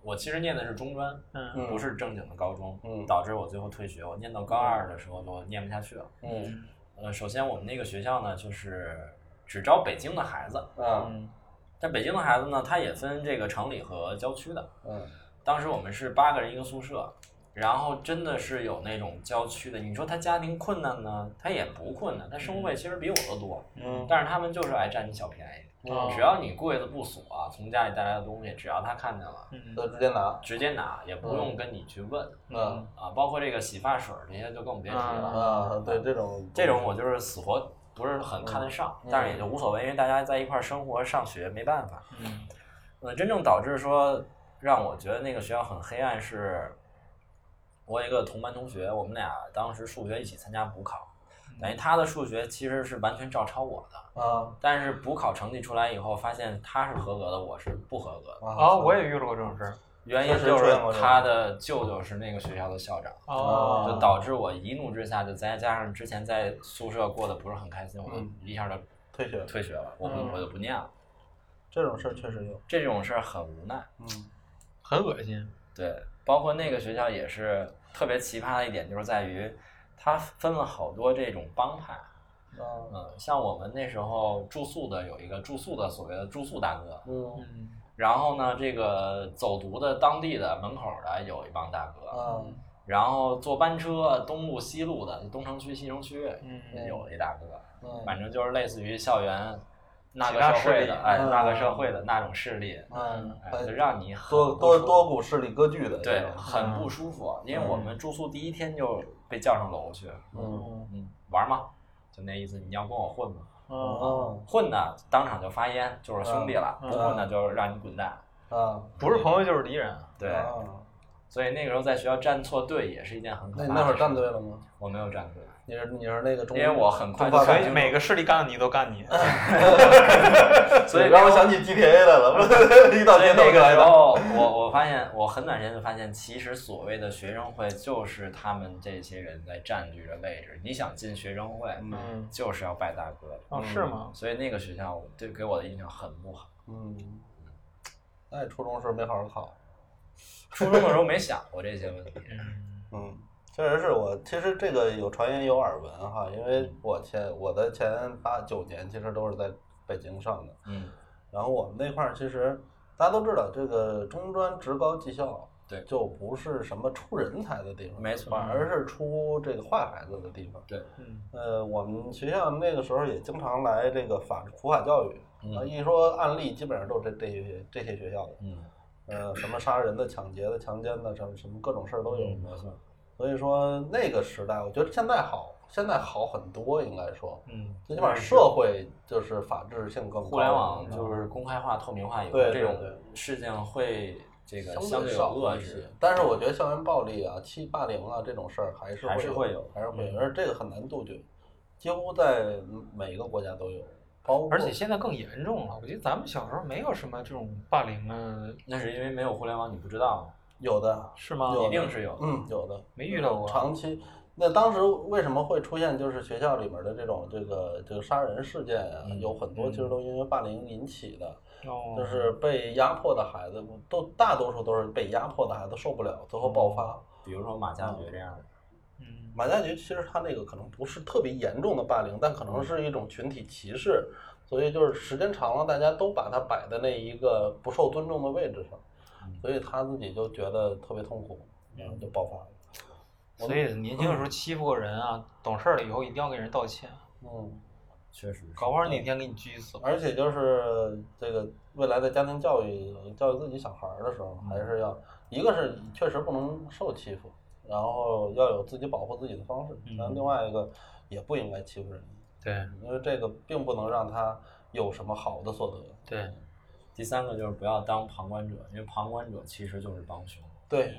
我其实念的是中专，不是正经的高中，导致我最后退学。我念到高2的时候就念不下去了。首先我们那个学校呢，就是只招北京的孩子，但北京的孩子呢，他也分这个城里和郊区的。当时我们是8个人一个宿舍，然后真的是有那种郊区的。你说他家庭困难呢，他也不困难，他生活费其实比我都多，但是他们就是爱占你小便宜。只要你柜子不锁，从家里带来的东西，只要他看见了， 都直接拿， 也不用跟你去问。包括这个洗发水这些就更别提了。对，这种我就是死活不是很看得上，但是也就无所谓，因为大家在一块生活上学没办法。真正导致说让我觉得那个学校很黑暗是，我有一个同班同学，我们俩当时数学一起参加补考。等于他的数学其实是完全照抄我的，但是补考成绩出来以后，发现他是合格的，我是不合格的。 我也遇到过这种事儿。 原因就是他的舅舅是那个学校的校长，就导致我一怒之下，就再加上之前在宿舍过得不是很开心，我一下就退学了，我就不念了。 这种事儿确实有， 这种事儿很无奈， 很恶心。 对，包括那个学校也是特别奇葩的一点，就是在于。他分了好多这种帮派，像我们那时候住宿的有一个住宿的所谓的住宿大哥，然后呢，这个走读的当地的门口的有一帮大哥，然后坐班车东路西路的东城区西城区有一大哥，反正就是类似于校园那个社会的，那个社会的那种势力，就让你多股势力割据的， 对，很不舒服。因为我们住宿第一天就被叫上楼去，玩吗？就那意思，你要跟我混吗？混的当场就发烟，就是兄弟了；不混的就让你滚蛋。 不是朋友就是敌人。 对，所以那个时候在学校站错队也是一件很可怕的事。 那会儿站对了吗？ 我没有站对。 你是那个中， 因为我很快所以每个势力干你都干你， 所以让我想起 GTA 来了。 所以那个时候，我发现我很短时间就发现，其实所谓的学生会就是他们这些人在占据着位置。你想进学生会，就是要拜大哥。 是吗？ 所以那个学校给我的印象很不好。 那初中时候没好好考， 初中的时候没想过这些问题。 确实是其实这个有传言有耳闻哈，因为我的前8、9年其实都是在北京上的，然后我们那块儿其实大家都知道，这个中专职高技校， 对， 就不是什么出人才的地方， 没错， 反而是出这个坏孩子的地方。 对， 我们学校那个时候也经常来这个普法教育，一说案例基本上都是这些学校的，什么杀人的、抢劫的、强奸的，什么各种事儿都有。 没错。 所以说那个时代，我觉得现在好很多，应该说，最起码社会就是法治性更高， 互联网就是公开化、透明化以后，这种事件会这个相对少一些。但是我觉得校园暴力啊、霸凌啊这种事儿还是会有，而这个很难杜绝，几乎在每个国家都有。 而且现在更严重了，我觉得咱们小时候没有什么这种霸凌啊。 那是因为没有互联网，你不知道。 有的是吗？ 一定是有， 有的， 没遇到过。 长期，那当时为什么会出现就是学校里面的这个杀人事件啊？有很多其实都因为霸凌引起的，就是被压迫的孩子，大多数都是被压迫的孩子受不了，最后爆发。 比如说马加爵这样的。 马加爵其实他那个可能不是特别严重的霸凌，但可能是一种群体歧视，所以就是时间长了，大家都把他摆在那一个不受尊重的位置上。所以他自己就觉得特别痛苦，就爆发了。 所以年轻的时候欺负过人啊，懂事了以后一定要给人道歉。 确实。 搞不好哪天给你拘死。 而且就是这个未来的家庭教育自己小孩的时候，还是要一个是确实不能受欺负，然后要有自己保护自己的方式。然后另外一个也不应该欺负人。 对。 因为这个并不能让他有什么好的所得。 对。 第3个就是不要当旁观者，因为旁观者其实就是帮凶。 对，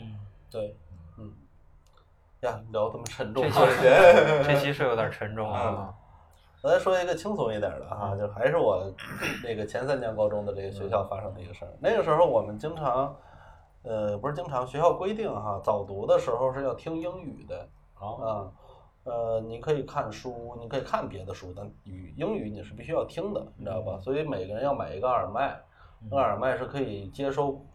呀，聊这么沉重， 这期是有点沉重啊。 我再说一个轻松一点的哈，就还是我那个前3年高中的这个学校发生的一个事儿。那个时候我们经常，不是经常，学校规定哈，早读的时候是要听英语的你可以看书，你可以看别的书，但英语你是必须要听的，你知道吧？所以每个人要买一个耳麦。那耳麦是可以接收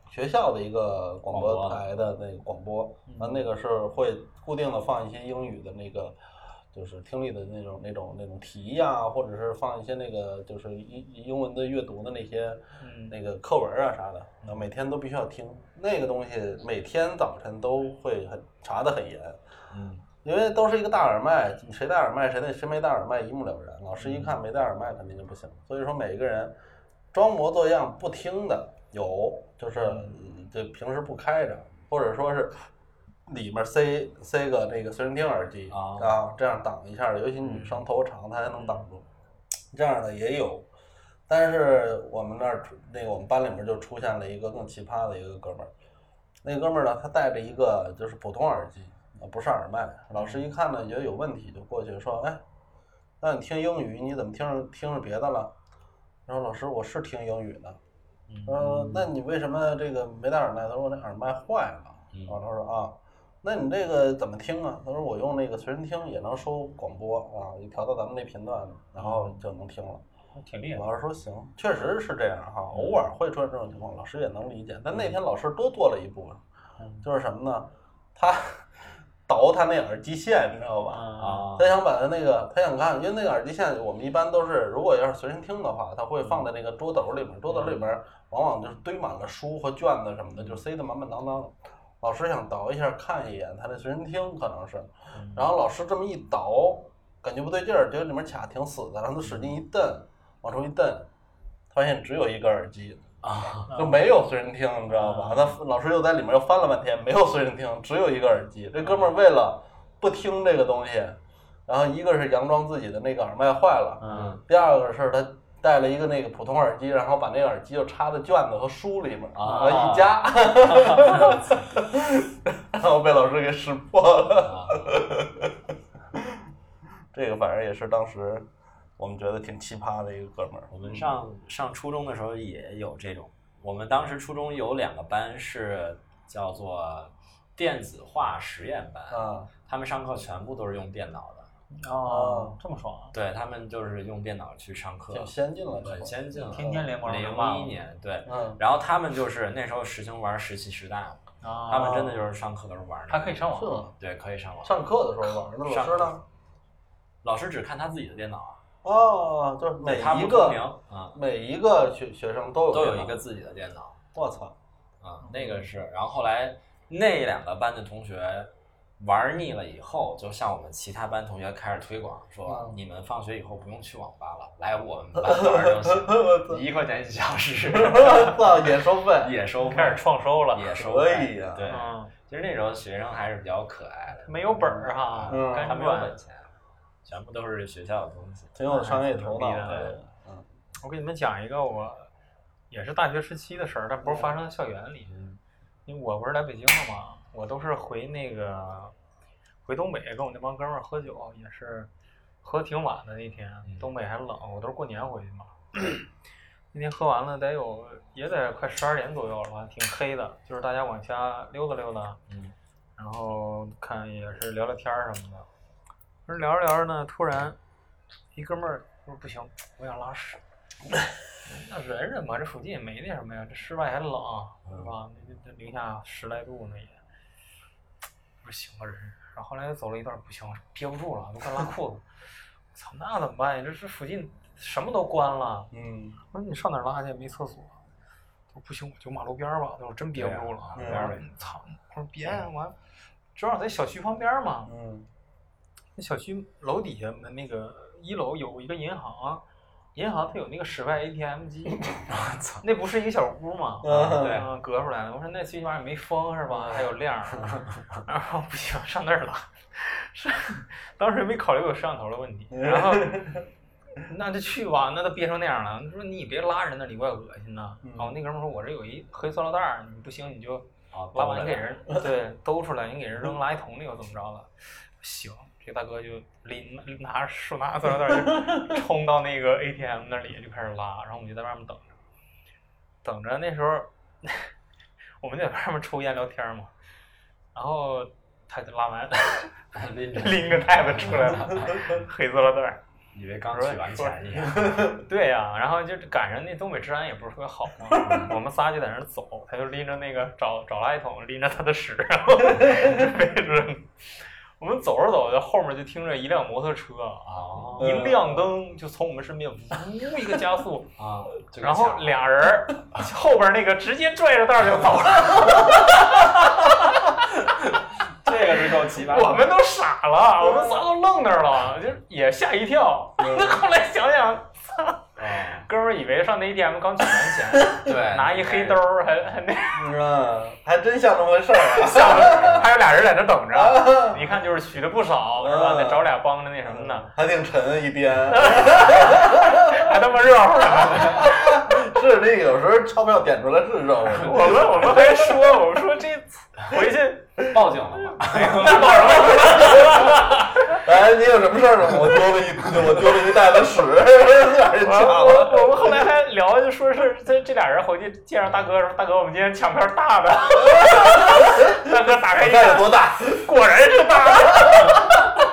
学校的一个广播台的那个广播，那个是会固定的放一些英语的那个，就是听力的那种题呀，或者是放一些那个就是英文的阅读的那些那个课文啊啥的，然后每天都必须要听那个东西，每天早晨都会查得很严，因为都是一个大耳麦，谁戴耳麦谁没戴耳麦一目了然，老师一看没戴耳麦肯定就不行，所以说每个人装模作样不听的。有，就是就平时不开着，或者说是里面塞个那个随身听耳机啊，这样挡一下，尤其女生头发长，她还能挡住，这样的也有。但是我们那儿我们班里面就出现了一个更奇葩的一个哥们儿，那个哥们儿呢，他戴着一个就是普通耳机，不是耳麦。老师一看呢，觉得有问题，就过去说：“哎，那你听英语，你怎么听着别的了？”然后老师，我是听英语的。那你为什么这个没戴耳麦？他说我那耳麦坏了。然后他说啊，那你这个怎么听啊？他说我用那个随身听也能收广播啊，一调到咱们那频段，然后就能听了。 挺厉害。 老师说行，确实是这样哈，偶尔会出现这种情况，老师也能理解。但那天老师多做了一步，就是什么呢？他倒他那耳机线，你知道吧？他想把他想看，因为那个耳机线我们一般都是，如果要是随身听的话，他会放在那个桌斗里面，桌斗里边往往就是堆满了书和卷子什么的，就塞得满满当当的。老师想倒一下看一眼他那随身听可能是，然后老师这么一倒，感觉不对劲儿，觉得里面卡挺死的，然后他使劲一蹬，往出一蹬，发现只有一个耳机。就没有随身听，你知道吧？那老师又在里面又翻了半天，没有随身听，只有一个耳机。这哥们儿为了不听这个东西，然后一个是佯装自己的那个耳麦坏了，第二个是他带了一个那个普通耳机，然后把那个耳机就插在卷子和书里面，一夹，然后被老师给识破了。这个反正也是当时我们觉得挺奇葩的一个哥们儿。 我们上初中的时候也有这种，我们当时初中有2个班是叫做电子化实验班，他们上课全部都是用电脑的。 这么爽啊！ 对，他们就是用电脑去上课， 挺先进了， 很先进了。 天天联盟 01年，对，然后他们就是那时候实行玩石器时代嘛，他们真的就是上课的时候玩。 他可以上网， 是吗？ 对，可以上网。 上课的时候玩，那老师呢？ 老师只看他自己的电脑就是每一个学生都有一个自己的电脑。 我操！ 那个是，然后后来那2个班的同学玩腻了以后，就向我们其他班同学开始推广，说你们放学以后不用去网吧了，来我们班玩就行，1块钱1小时。 也收费， 也收费， 开始创收了， 也收费呀。 对，其实那时候学生还是比较可爱的， 没有本儿哈， 他没有本钱，全部都是学校的东西， 挺有商业头脑的。我给你们讲一个我也是大学时期的事儿，但不是发生在校园里，因为我不是来北京了嘛，我都是回东北跟我那帮哥们儿喝酒，也是喝挺晚的那天，东北还冷，我都是过年回去嘛。那天喝完了也得快12点左右了吧，挺黑的，就是大家往下溜达溜达，然后看也是聊聊天什么的。就是聊着聊着呢，突然一哥们儿说不行，我想拉屎。那忍嘛，这附近也没那什么呀，这室外还冷，是吧？那零下10来度呢也。不行啊，忍。然后后来走了一段，不行，憋不住了，都快拉裤子。操，那怎么办呀？这附近什么都关了。我说你上哪儿拉去？没厕所。我说不行，我就马路边吧。我真憋不住了。操！我说别完，正好在小区旁边嘛。那小区楼底下那个1楼有一个银行。银行它有那个室外 ATM 机，那不是一个小屋吗？对，隔出来的。我说那最起码也没风是吧？还有亮。然后不行，上那儿了。当时没考虑过摄像头的问题。然后那就去吧，那都憋成那样了。你说你别拉人那里怪恶心呐。那哥们说我这有一黑塑料袋，你不行你就拉完你给人兜出来，你给人扔垃圾桶里又怎么着了？行。这大哥就拿着塑料袋就冲到那个 ATM 那里就开始拉，然后我们就在外面等着。那时候我们在外面抽烟聊天嘛，然后他就拉完拎个袋子出来了，黑塑料袋， 以为刚取完钱一样。 对呀、然后就赶上那东北治安也不是特别好嘛，我们仨就在那儿走，他就拎着那个找垃圾桶，拎着他的屎，然后背着。我们走着走着，后面就听着一辆摩托车啊，一亮灯就从我们身边呜一个加速啊， 然后俩人后边那个直接拽着道就走了。 这个是够奇葩， 我们都傻了，我们仨都愣那儿了，就也吓一跳。后来想想，操！哥们儿以为上那 ATM 刚取完钱， 对， 拿一黑兜还那， 还真像这么回事儿啊！ 像还有俩人在那等着，一看就是取的不少，是吧？得找俩帮着那什么呢？ 还挺沉一颠， 还他妈热乎呢！ 是那个有时候钞票点出来是热乎。 我们还说，我们说这回去报警了吗？ 那报什么？ 哎，你有什么事儿吗？我丢了一袋子屎， 我们后来还聊，就说是这俩人回去见着大哥说，大哥，我们今天抢片大的。大哥打开一看， 有多大？ 果然是大的。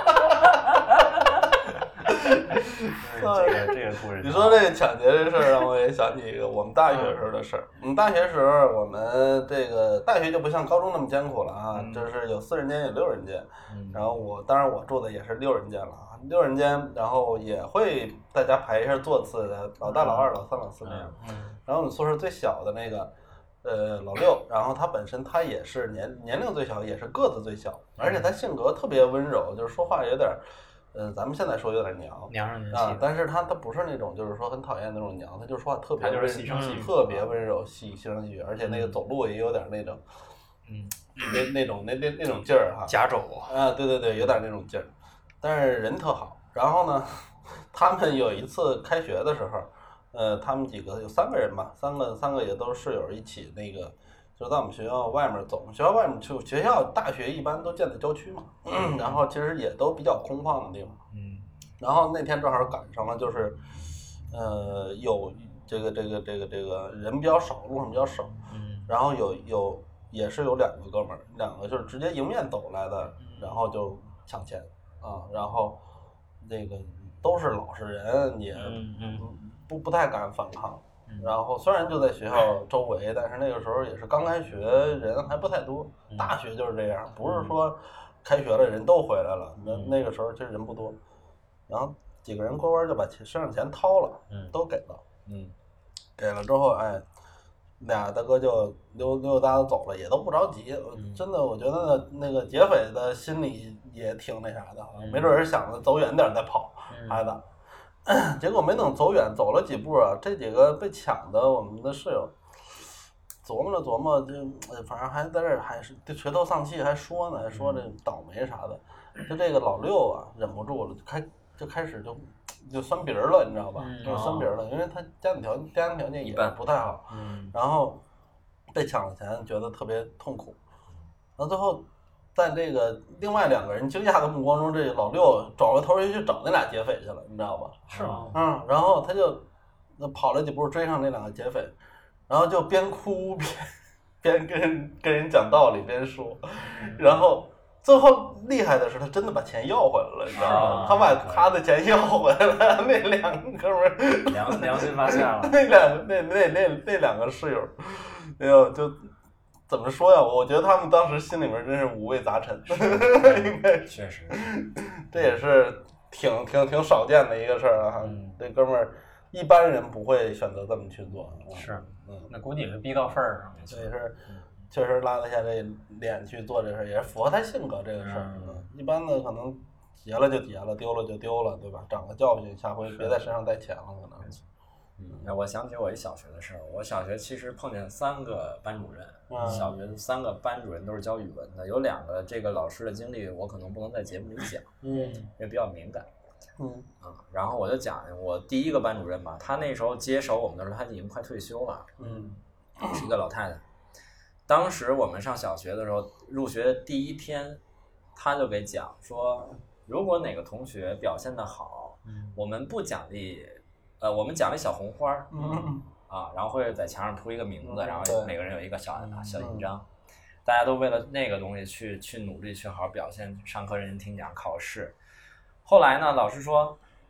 这个故事， 你说这个抢劫这事儿，让我也想起一个我们大学时候的事儿。大学时候，我们这个大学就不像高中那么艰苦了啊，就是有4人间有6人间。然后当然我住的也是6人间了啊，6人间，然后也会大家排一下座次的，老大、老二、老三、老四那样。然后我们宿舍最小的那个，老6，然后他本身他也是年龄最小，也是个子最小，而且他性格特别温柔，就是说话有点。咱们现在说有点娘啊，但是他不是那种就是说很讨厌那种娘，他就说话特别温柔，特别温柔细声细语，而且那个走路也有点那种，那种劲儿哈， 夹肘啊，对，有点那种劲儿，但是人特好。然后呢，他们有一次开学的时候，他们几个有3个人吧，三个也都是室友一起那个。就在我们学校外面走，学校外面就学校大学一般都建在郊区嘛，然后其实也都比较空旷的地方，然后那天正好赶上了，就是，有这个人比较少，路上比较少，然后也是有2个哥们儿，2个就是直接迎面走来的，然后就抢钱啊，然后那个都是老实人，也不太敢反抗。然后虽然就在学校周围，但是那个时候也是刚开学，人还不太多。大学就是这样，不是说开学了人都回来了，那个时候其实人不多。然后几个人乖乖就把身上钱掏了，都给了。给了之后，哎，俩大哥就溜达走了，也都不着急。真的，我觉得那个劫匪的心里也挺那啥的，没准是想着走远点再跑，孩子。结果没等走远，走了几步啊，这几个被抢的我们的室友琢磨了琢磨，就反正还在这儿还是垂头丧气，还说呢，还说这倒霉啥的。就这个老6啊，忍不住了，就开始就酸鼻儿了，你知道吧？就酸鼻儿了，因为他家庭条件也不太好，然后被抢了钱，觉得特别痛苦。然后最后在这个另外2个人惊讶的目光中，这老6转过头去找那俩劫匪去了，你知道吧？ 是吗？ 然后他就跑了几步追上那2个劫匪，然后就边哭边跟人讲道理边说，然后最后厉害的是他真的把钱要回来了，你知道吗？他把他的钱要回来了，那2个哥们儿良心发现了， 那2个室友，哎呦就。怎么说呀？我觉得他们当时心里面真是五味杂陈，应该确实， 这也是挺少见的一个事儿啊。这哥们儿一般人不会选择这么去做。 是，那估计也是逼到份儿上。 所以是，确实拉得下这脸去做这事儿，也是符合他性格这个事儿。一般的可能劫了就劫了，丢了就丢了，对吧？长个教训，下回别在身上带钱了，可能。 我想起我一小学的事儿。我小学其实碰见3个班主任，小学的3个班主任都是教语文的，有2个这个老师的经历我可能不能在节目里讲，也比较敏感。然后我就讲我第1个班主任吧，他那时候接手我们的时候他已经快退休了，是一个老太太。当时我们上小学的时候，入学的第1天，他就给讲说，如果哪个同学表现得好，我们不奖励。我们奖励小红花，然后会在墙上涂一个名字，然后每个人有一个小印章，大家都为了那个东西去努力，去好好表现，上课认真听讲，考试。后来呢，老师说，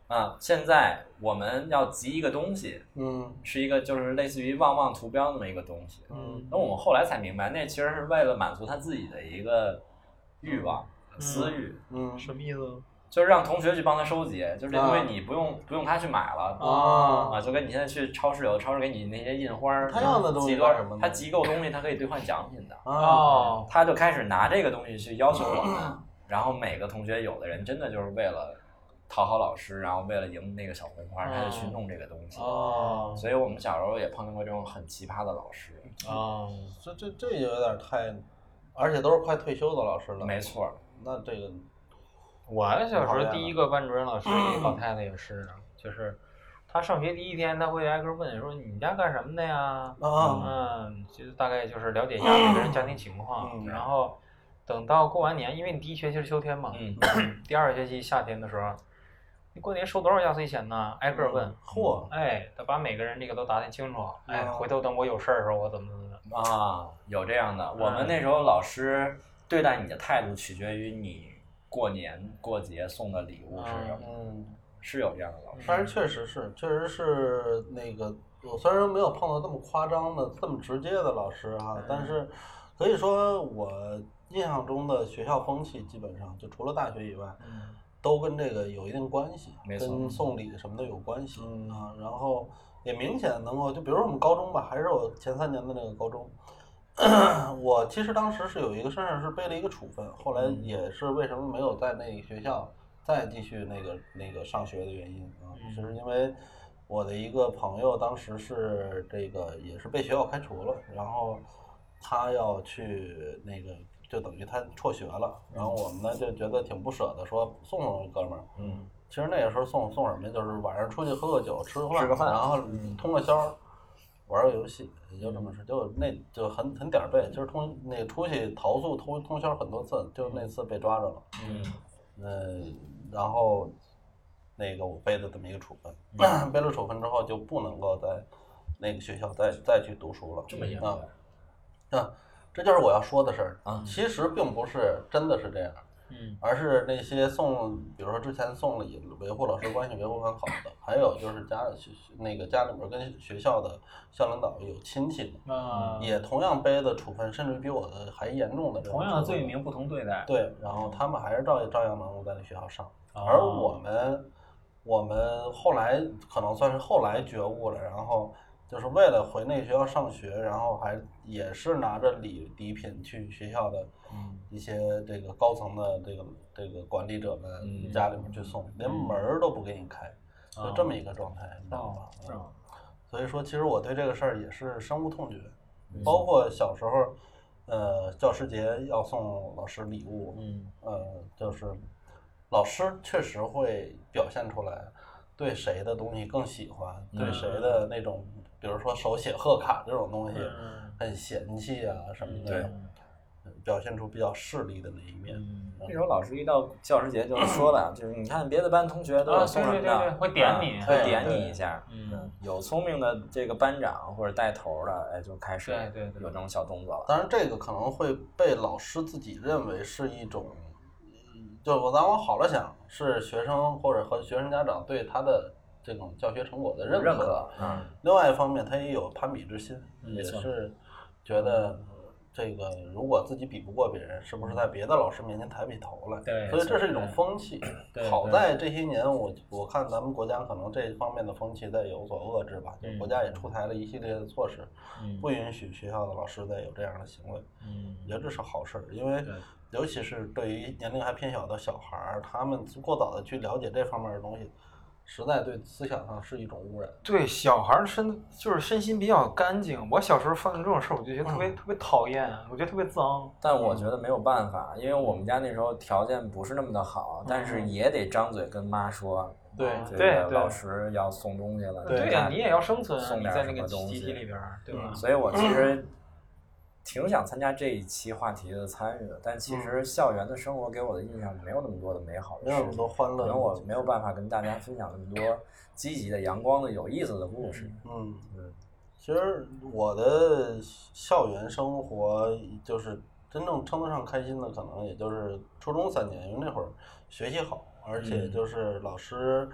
现在我们要集一个东西，是一个就是类似于旺旺图标那么一个东西，那我们后来才明白，那其实是为了满足他自己的一个欲望、私欲， 什么意思？ 就是让同学去帮他收集，就这东西你不用他去买了就跟你现在去超市，有的超市给你那些印花， 他要的东西干什么？ 他集够东西，他可以兑换奖品的他就开始拿这个东西去要求我们，然后每个同学有的人真的就是为了讨好老师，然后为了赢那个小红花，他就去弄这个东西所以我们小时候也碰见过这种很奇葩的老师这有点太，而且都是快退休的老师了。 没错， 那这个。 我小时候第一个班主任老师，一个老太太也是，就是她上学第一天，她会挨个问说：“你家干什么的呀？”其实大概就是了解一下每个人家庭情况。然后等到过完年，因为你第一学期是秋天嘛，第二学期夏天的时候，你过年收多少压岁钱呢？挨个问。他把每个人这个都打听清楚。回头等我有事儿的时候，我怎么有这样的。我们那时候老师对待你的态度取决于你过年过节送的礼物是什么，是有这样的老师。 但是确实是那个，我虽然没有碰到这么夸张的、这么直接的老师但是可以说我印象中的学校风气基本上就除了大学以外，都跟这个有一定关系，跟送礼什么的有关系然后也明显能够，就比如说我们高中吧，还是我前3年的那个高中。我其实当时是有一个身上是背了一个处分，后来也是为什么没有在那个学校再继续那个上学的原因是因为我的一个朋友当时是这个也是被学校开除了，然后他要去那个就等于他辍学了，然后我们呢就觉得挺不舍得，说送哥们儿，其实那个时候送什么，就是晚上出去喝个酒，吃个饭，然后通个宵。玩个游戏也就这么事，就很点儿背，就是出去逃宿通宵很多次，就那次被抓着了。然后那个我背了这么一个处分，背了处分之后就不能够在那个学校再去读书了。 这么严重这就是我要说的事儿其实并不是真的是这样。而是那些比如说之前送礼维护老师关系维护很好的，还有就是家里面跟学校的校领导有亲戚的，也同样背的处分，甚至比我的还严重的这种。 同样的罪名不同对待。 对，然后他们还是照样能够在那学校上，而我们后来可能算是后来觉悟了，然后就是为了回那个学校上学，然后也是拿着礼品去学校的一些这个高层的这个管理者们家里面去送，连门都不给你开，就这么一个状态，你知道吧？所以说，其实我对这个事儿也是深恶痛绝，包括小时候，教师节要送老师礼物，就是老师确实会表现出来对谁的东西更喜欢，对谁的那种。比如说手写贺卡这种东西很嫌弃什么的，表现出比较势利的那一面。 那时候老师一到教师节就说了，就是你看别的班同学都有送什么的， 会点你， 会点你一下。有聪明的这个班长或者带头的，就开始有这种小动作了。 当然，这个可能会被老师自己认为是一种，就我咱往好了想，是学生或者和学生家长对他的这种教学成果的认可。另外一方面，他也有攀比之心，也是觉得这个如果自己比不过别人，是不是在别的老师面前抬不起头来？所以这是一种风气。好在这些年我看咱们国家可能这方面的风气在有所遏制吧，就国家也出台了一系列的措施，不允许学校的老师再有这样的行为。我觉得这是好事，因为尤其是对于年龄还偏小的小孩，他们过早的去了解这方面的东西，实在对思想上是一种污染。 对，小孩的身心比较干净。我小时候发生这种事儿，我就觉得特别讨厌，我觉得特别脏。 但我觉得没有办法，因为我们家那时候条件不是那么的好，但是也得张嘴跟妈说。 对， 老师要送东西了。 对呀，你也要生存， 送点在那个集体里边，对吧？ 所以我其实挺想参加这一期话题的参与的，但其实校园的生活给我的印象没有那么多的美好的事情， 没有那么多欢乐， 可能我没有办法跟大家分享那么多积极的、阳光的、有意思的故事。 其实我的校园生活就是真正称得上开心的，可能也就是初中3年，因为那会儿学习好，而且就是老师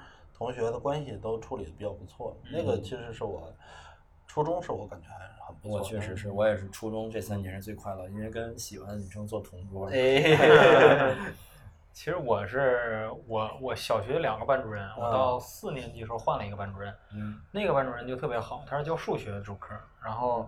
同学的关系都处理的比较不错。那个其实是我初中是我感觉还是很不错。 我确实是，我也是初中这3年是最快乐，因为跟喜欢的女生做同桌。 其实我小学2个班主任，我到4年级的时候换了一个班主任，那个班主任就特别好，他是教数学的主科，然后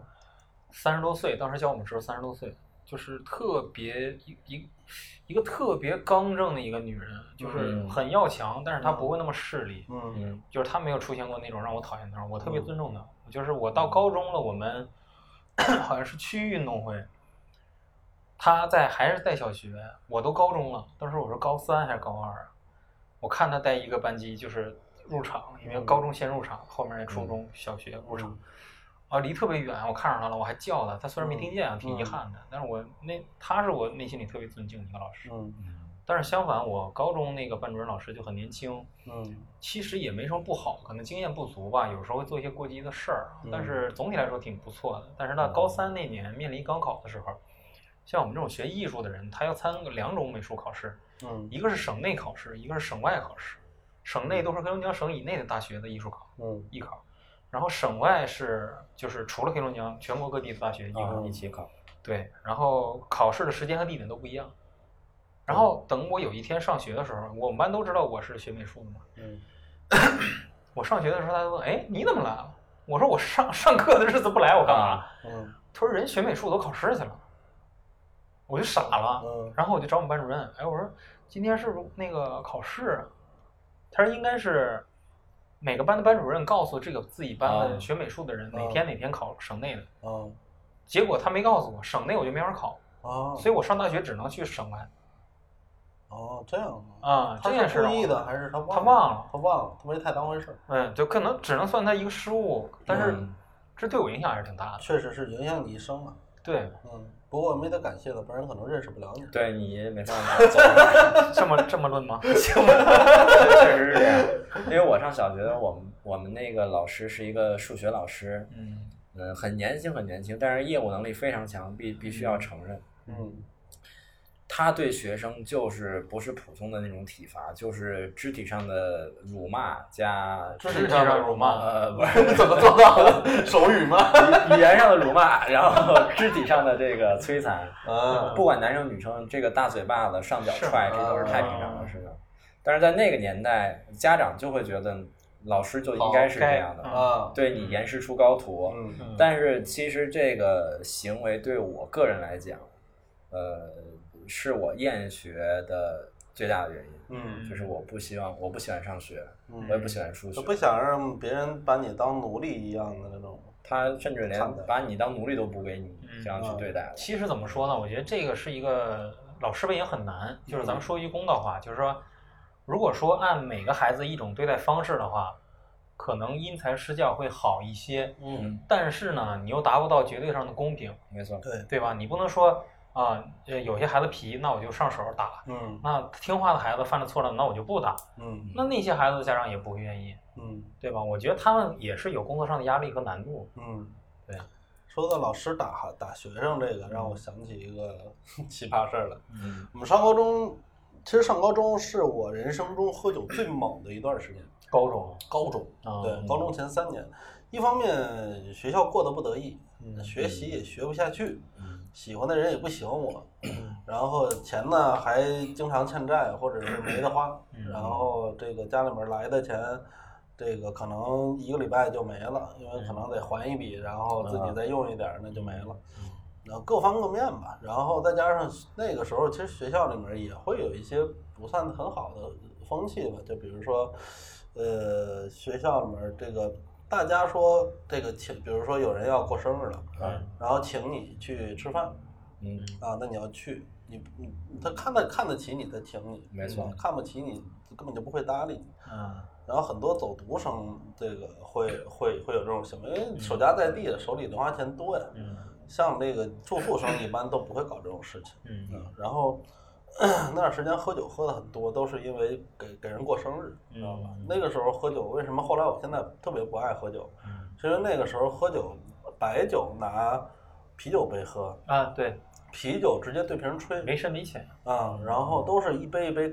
30多岁，当时教我们时候30多岁，就是特别一个特别刚正的一个女人，就是很要强，但是她不会那么势利，就是她没有出现过那种让我讨厌的人，我特别尊重她。就是我到高中了，我们好像是区域运动会。他还是在小学，我都高中了，当时我是高3还是高2啊？我看他带一个班级就是入场，因为高中先入场，后面初中小学入场，离特别远，我看上他了，我还叫他，他虽然没听见啊，挺遗憾的，但是他是我内心里特别尊敬的一个老师。但是相反，我高中那个班主任老师就很年轻，其实也没什么不好，可能经验不足吧，有时候会做一些过激的事儿，但是总体来说挺不错的。但是到高3那年面临高考的时候。像我们这种学艺术的人，他要参2种美术考试，一个是省内考试，一个是省外考试。省内都是黑龙江省以内的大学的艺术考，艺考，然后省外就是除了黑龙江，全国各地的大学艺考一起考。 对，然后考试的时间和地点都不一样。然后等我有一天上学的时候，我们班都知道我是学美术的嘛。我上学的时候，他问：“哎，你怎么来了？”我说：“我上课的日子不来，我干嘛？”他说：“人学美术都考试去了。”我就傻了，然后我就找我们班主任，我说今天是不是那个考试啊？他说应该是每个班的班主任告诉这个自己班的学美术的人哪天考省内的，结果他没告诉我，省内我就没法考，所以我上大学只能去省外。 这样啊， 他是故意的还是他忘了？ 他没太当回事。 就可能只能算他一个失误，但是这对我影响还是挺大的。 确实是影响你一生了。 对， 不过没得感谢了，不然可能认识不了你。 对你没办法走这么论吗？ 确实是这样，因为我上小学，我们那个老师是一个数学老师，很年轻，但是业务能力非常强，必须要承认。他对学生就是不是普通的那种体罚，就是肢体上的辱骂加肢体上的辱骂， 不是怎么做到的？手语吗？ 语言上的辱骂，然后肢体上的这个摧残，不管男生女生，这个大嘴巴子、上脚踹，这都是太平常的事情。但是在那个年代，家长就会觉得老师就应该是这样的，对你严师出高徒。但是其实这个行为对我个人来讲，是我厌学的最大的原因。就是我不喜欢上学，我也不喜欢数学， 不想让别人把你当奴隶一样的那种。 他甚至连把你当奴隶都不给你这样去对待。 其实怎么说呢？我觉得这个是一个老师们也很难。就是咱们说一句公道话，就是说，如果说按每个孩子一种对待方式的话，可能因材施教会好一些。但是呢，你又达不到绝对上的公平。 没错， 对吧？你不能说。有些孩子皮，那我就上手打。那听话的孩子犯了错了，那我就不打。那些孩子的家长也不会愿意。对吧？我觉得他们也是有工作上的压力和难度。对。 说到老师打学生这个，让我想起一个奇葩事儿了。我们上高中，其实上高中是我人生中喝酒最猛的一段时间。 高中， 对，高中前3年，一方面学校过得不得意，学习也学不下去。喜欢的人也不喜欢我，然后钱呢还经常欠债或者是没得花，然后这个家里面来的钱，这个可能1个礼拜就没了，因为可能得还一笔，然后自己再用一点，那就没了。然后各方各面吧，然后再加上那个时候其实学校里面也会有一些不算很好的风气吧，就比如说学校里面这个大家说这个比如说有人要过生日了，然后请你去吃饭，那你要去，他看得起你，他请你， 没错， 看不起你根本就不会搭理你，然后很多走读生这个会有这种行为，因为守家在地，手里零花钱多呀，像这个住宿生一般都不会搞这种事情，然后那段时间喝酒喝的很多，都是因为给人过生日，知道吧？那个时候喝酒，为什么后来我现在特别不爱喝酒？是因为那个时候喝酒，白酒拿啤酒杯喝对， 啤酒直接对瓶吹， 没深没浅然后都是一杯一杯干，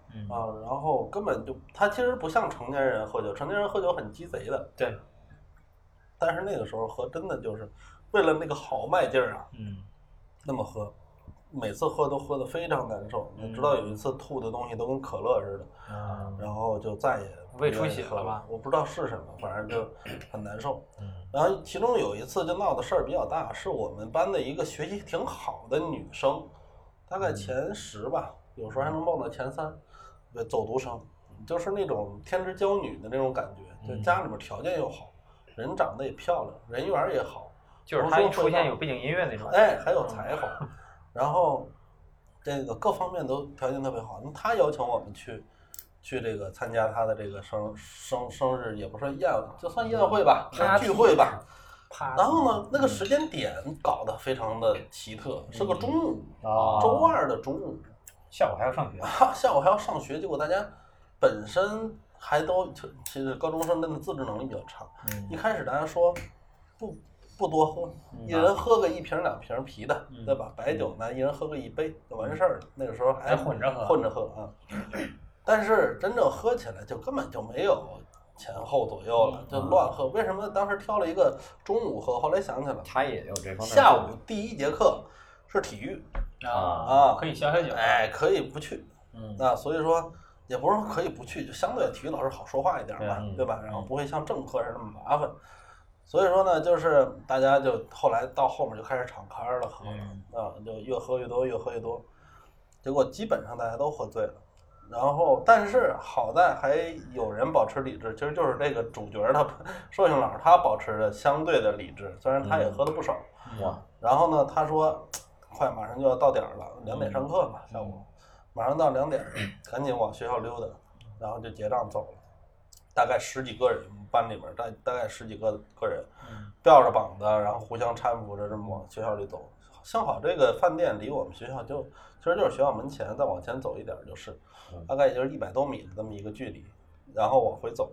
然后根本就他其实不像成年人喝酒，成年人喝酒很鸡贼的。 对。 但是那个时候喝真的就是为了那个豪迈劲儿啊，那么喝，每次喝都喝得非常难受。你知道有一次吐的东西都跟可乐似的，然后就再也胃出血了吧？ 我不知道是什么，反正就很难受。然后其中有一次就闹的事儿比较大，是我们班的一个学习挺好的女生，大概前10吧，有时候还能冒到前3，走读生，就是那种天之娇女的那种感觉，就家里面条件又好，人长得也漂亮，人缘也好， 就是她一出现有背景音乐那种， 还有才华，然后这个各方面都条件特别好。她邀请我们去这个参加她的这个生日，也不算宴，就算宴会吧，聚会吧。然后呢，那个时间点搞得非常的奇特，是个中午，周2的中午， 下午还要上学， 下午还要上学，结果大家本身还都其实高中生真的自制能力比较差，一开始大家说不多喝，一人喝个1瓶2瓶啤的，对吧？白酒呢，一人喝个1杯就完事儿了。那个时候还混着喝啊。但是真正喝起来就根本就没有前后左右了，就乱喝。为什么当时挑了一个中午喝？后来想起来， 他也有这方面。 下午第1节课是体育可以消酒， 可以不去。所以说也不是可以不去，就相对体育老师好说话一点嘛，对吧？然后不会像正课是那么麻烦。所以说呢，就是大家就后来到后面就开始敞开了喝了，就越喝越多，越喝越多，结果基本上大家都喝醉了。然后，但是好在还有人保持理智，其实就是这个主角他寿星老师他保持着相对的理智，虽然他也喝了不少。然后呢，他说，马上就要到点了，2点上课嘛，下午，马上到2点，赶紧往学校溜达，然后就结账走了。大概10几个人，班里面大概10几个人，吊着膀子，然后互相搀扶着这么往学校里走。幸好这个饭店离我们学校其实就是学校门前，再往前走一点就是，大概也就是100多米的这么一个距离，然后往回走。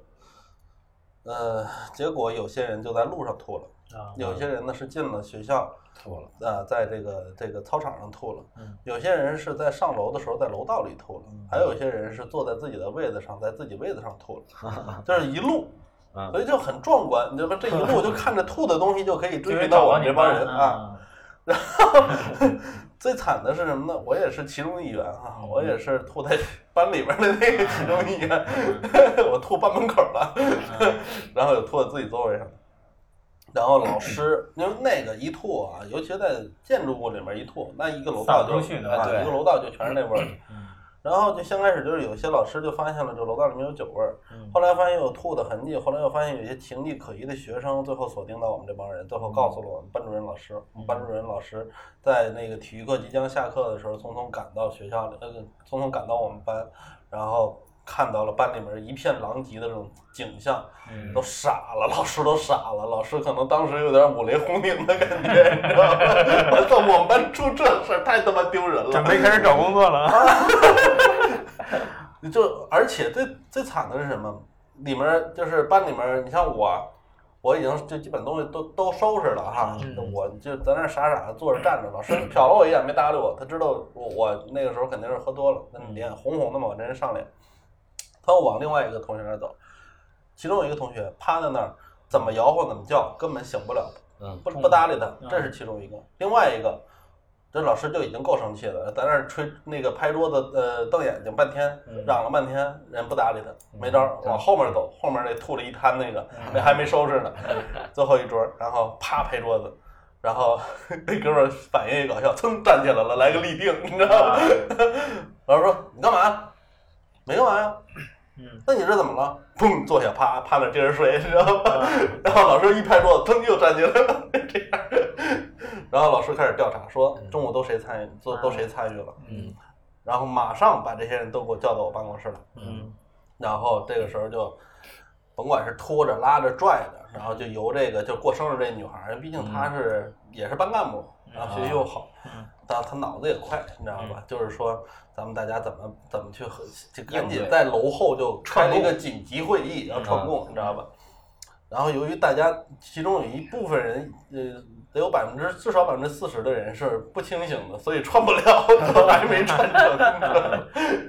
结果有些人就在路上吐了，有些人呢是进了学校吐了， 在这个操场上吐了，有些人是在上楼的时候在楼道里吐了，还有一些人是坐在自己的位子上，在自己位子上吐了，就是一路，所以就很壮观。你就说这一路就看着吐的东西就可以追寻到我们这帮人啊。然后最惨的是什么呢？我也是其中一员啊，我也是吐在班里边的那个其中一员，我吐班门口了，然后有吐在自己座位上。然后老师，因为那个一吐啊，尤其在建筑物里面一吐，那一个楼道就一个楼道就全是那味儿。然后就先开始就是有些老师就发现了这楼道里面有酒味儿，后来发现有吐的痕迹，后来又发现有些情迹可疑的学生，最后锁定到我们这帮人，最后告诉了我们班主任老师。班主任老师在那个体育课即将下课的时候，匆匆赶到学校里，匆匆赶到我们班，然后看到了班里面一片狼藉的这种景象，都傻了，老师都傻了，老师可能当时有点五雷轰顶的感觉，你知道吗？我操，我们班出这事儿太他妈丢人了， 准备开始找工作了。 而且最惨的是什么？里面就是班里面，你像我已经就基本东西都收拾了哈，我就在那傻傻的坐着站着，老师瞟了我一眼没搭理我，他知道我那个时候肯定是喝多了，那脸红红的嘛，我这人上脸。他又往另外一个同学那儿走，其中有一个同学趴在那儿，怎么摇晃怎么叫，根本醒不了，不搭理他，这是其中一个。另外一个，这老师就已经够生气了，在那儿吹那个拍桌子，瞪眼睛半天，嚷了半天，人不搭理他，没招，往后面走，后面那吐了一滩那个，那还没收拾呢，最后一桌，然后啪拍桌子。然后那哥们反应也搞笑，噌站起来了，来个立定，你知道吗？老师说你干嘛？没干嘛呀。那你这怎么了？砰，坐下，趴那接着睡，你知道吗？然后老师一拍桌子，噌又站起来了，这样。然后老师开始调查，说中午都谁参与了？然后马上把这些人都给我叫到我办公室来。然后这个时候就，甭管是拖着、拉着、拽的，然后就由这个就过生日这女孩，毕竟她也是班干部，然后学习又好，但她脑子也快，你知道吧？就是说。咱们大家怎么去就赶紧在楼后就开了一个紧急会议，要串供，你知道吧？然后由于大家其中有一部分人，得有至少40%的人是不清醒的，所以串不了，都还没串成。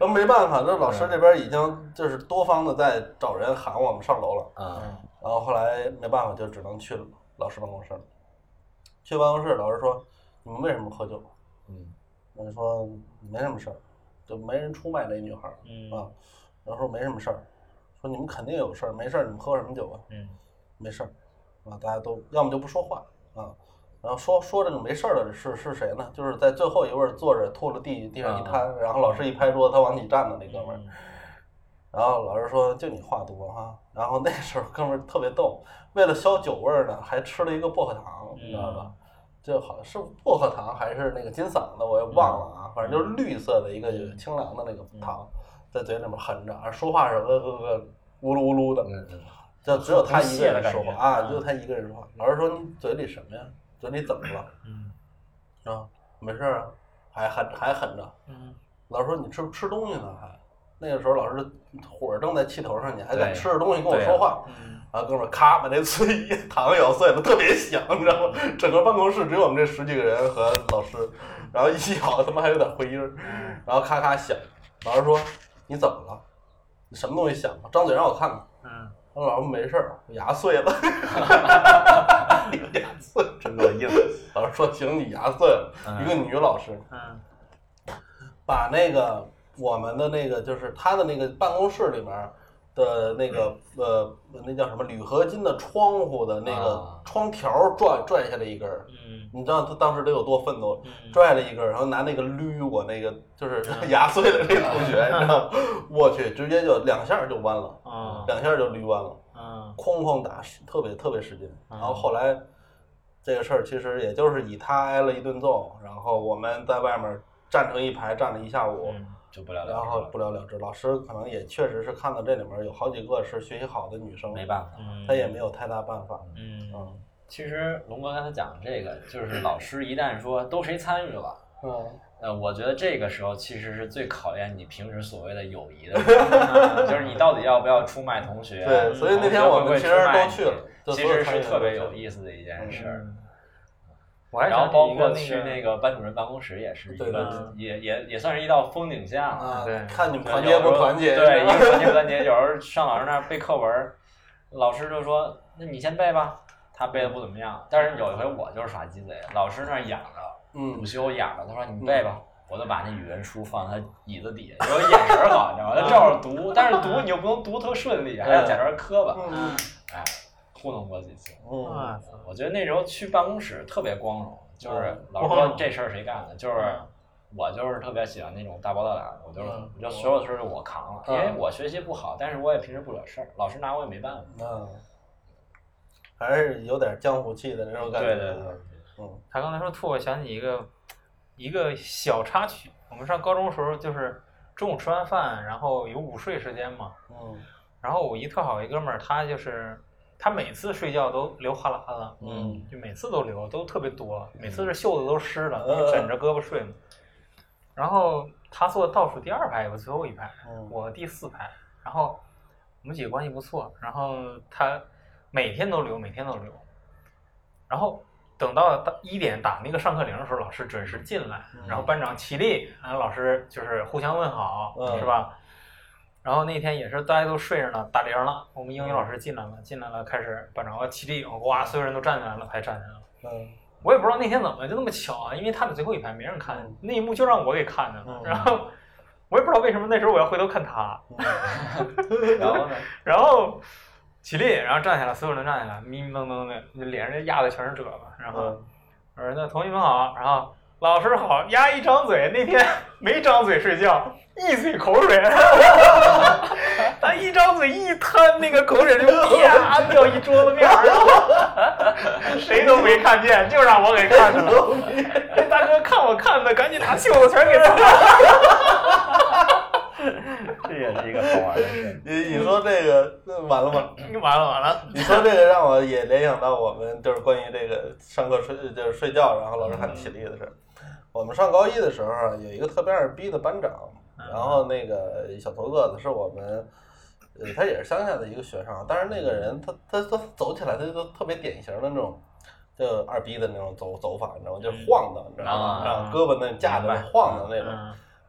然后没办法，这老师这边已经就是多方的在找人喊我们上楼了。然后后来没办法，就只能去老师办公室了。去办公室，老师说：“你们为什么喝酒？”我就说没什么事儿，就没人出卖那女孩然后说没什么事儿，说你们肯定有事儿，没事儿你们喝什么酒啊？没事儿大家都要么就不说话然后说这个没事儿的是谁呢？就是在最后一位坐着吐了地上一滩，然后老师一拍桌子，他往起站的那哥们儿。然后老师说就你话多哈。然后那时候哥们儿特别逗，为了消酒味儿呢，还吃了一个薄荷糖，你知道吧？就好像是薄荷糖还是那个金嗓子，我也忘了反正就是绿色的一个清凉的那个糖，在嘴里面含着，说话是呜噜呜噜的，就只有他一个人说话只有他一个人说话。老师说你嘴里什么呀？嘴里怎么了？没事啊，还狠着。老师说你吃东西呢还？那个时候老师火正在气头上，你还敢吃着东西跟我说话？然后哥们儿咔把那糖咬碎了，特别响，你知道吗？整个办公室只有我们这10几个人和老师，然后一咬他妈还有点回音，然后咔咔响。老师说你怎么了？你什么东西响了？张嘴让我看看。老师没事儿，牙碎了。牙碎真有意思。老师说行，你牙碎了。一个女老师，把那个我们的那个就是他的那个办公室里面的那个那叫什么铝合金的窗户的那个窗条拽下来一根你知道他当时得有多愤怒，拽下来一根，然后拿那个捋我那个就是牙碎的那个同学，你知道吗？我去，直接就2下就弯了，2下就捋弯了，哐哐打，特别使劲。然后后来这个事儿其实也就是以他挨了一顿揍，然后我们在外面站成一排站了一下午。 就不了了之， 然后不了了之。老师可能也确实是看到这里面有好几个是学习好的女生， 没办法， 他也没有太大办法。 其实龙哥刚才讲的这个，就是老师一旦说都谁参与了，我觉得这个时候其实是最考验你平时所谓的友谊的时候，就是你到底要不要出卖同学。 对，所以那天我们其实都去了， 其实是特别有意思的一件事。 然后包括去那个班主任办公室也是一个，也算是一道风景线了。 对，看你们团结不团结。 对，一个团结不团结。有时候上老师那儿背课文，老师就说：“那你先背吧。”他背的不怎么样，但是有一回我就是耍鸡贼，老师那儿仰着，午休仰着，他说：“你背吧。”我就把那语文书放他椅子底下，因为眼神好，你知道吗？他照着读，但是读你又不能读特顺利，还要假装磕巴。糊弄过几次。我觉得那时候去办公室特别光荣，就是老师说这事儿谁干的，就是我就是特别喜欢那种大包大揽，我就所有事儿我扛了，因为我学习不好，但是我也平时不惹事儿，老师拿我也没办法。 还是有点江湖气的那种感觉。 对。 他刚才说吐，我想起一个小插曲。我们上高中的时候，就是中午吃完饭，然后有午睡时间嘛。然后我一特好一哥们儿，他每次睡觉都流哈喇子，就每次都流，都特别多，每次是袖子都湿了，枕着胳膊睡嘛。然后他坐倒数第2排，我最后一排，我第4排。然后我们几个关系不错，然后他每天都流。然后等到1点打那个上课铃的时候，老师准时进来，然后班长起立，然后老师就是互相问好，是吧？然后那天也是大家都睡着呢，打铃了，我们英语老师进来了，开始班长要起立，哇，所有人都站起来了，还站起来了。我也不知道那天怎么就那么巧啊，因为他在最后一排没人看，那一幕就让我给看见了。然后我也不知道为什么那时候我要回头看他。 然后呢？ 然后起立，然后站起来，所有人站起来，迷迷瞪瞪的，脸上压的全是褶子。然后我说：“那同学们好。”然后老师好，丫一张嘴，那天没张嘴睡觉，一嘴口水。他一张嘴一摊，那个口水就啪掉一桌子面儿，然后谁都没看见，就让我给看见了。这大哥看我看的，赶紧拿袖子全给擦了。 这也是一个好玩的事。 你说这个完了吗？ 完了。 你说这个让我也联想到我们就是关于这个上课就是睡觉，然后老师喊起立的事。我们上高1的时候有一个特别二逼的班长，然后那个小头个子是我们，他也是乡下的一个学生，但是那个人他走起来他就特别典型的那种，就二逼的那种走法，你知道吗？就是晃的，你知道吗？胳膊那架着晃的那种。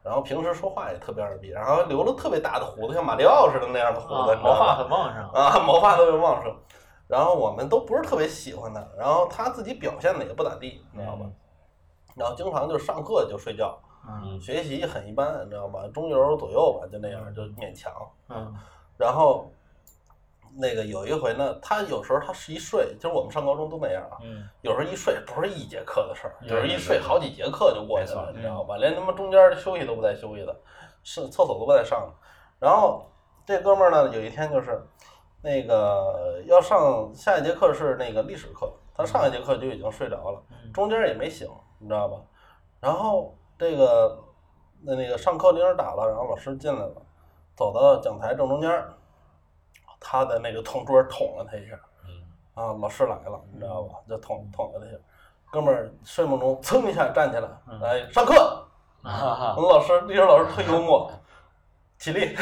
然后平时说话也特别二逼，然后留了特别大的胡子，像马里奥似的那样的胡子， 毛发很旺盛啊，毛发特别旺盛。然后我们都不是特别喜欢他，然后他自己表现的也不咋地，你知道吧？然后经常就上课就睡觉，学习很一般，你知道吧？中游左右吧，就那样，就勉强。然后那个有一回呢，他有时候他是一睡，就是我们上高中都那样啊。有时候一睡不是一节课的事儿，有时候一睡好几节课就过去了，你知道吧？连他妈中间休息都不带休息的，厕所都不带上的。然后这哥们儿呢，有一天就是。那个要上下一节课是那个历史课，他上一节课就已经睡着了，中间也没醒，你知道吧？然后这个那个上课铃打了，然后老师进来了，走到讲台正中间，他的那个同桌捅了他一下，啊，老师来了，你知道吧？就捅了他一下，哥们儿睡梦中噌一下站起来，来上课，我们老师历史老师特幽默，起立。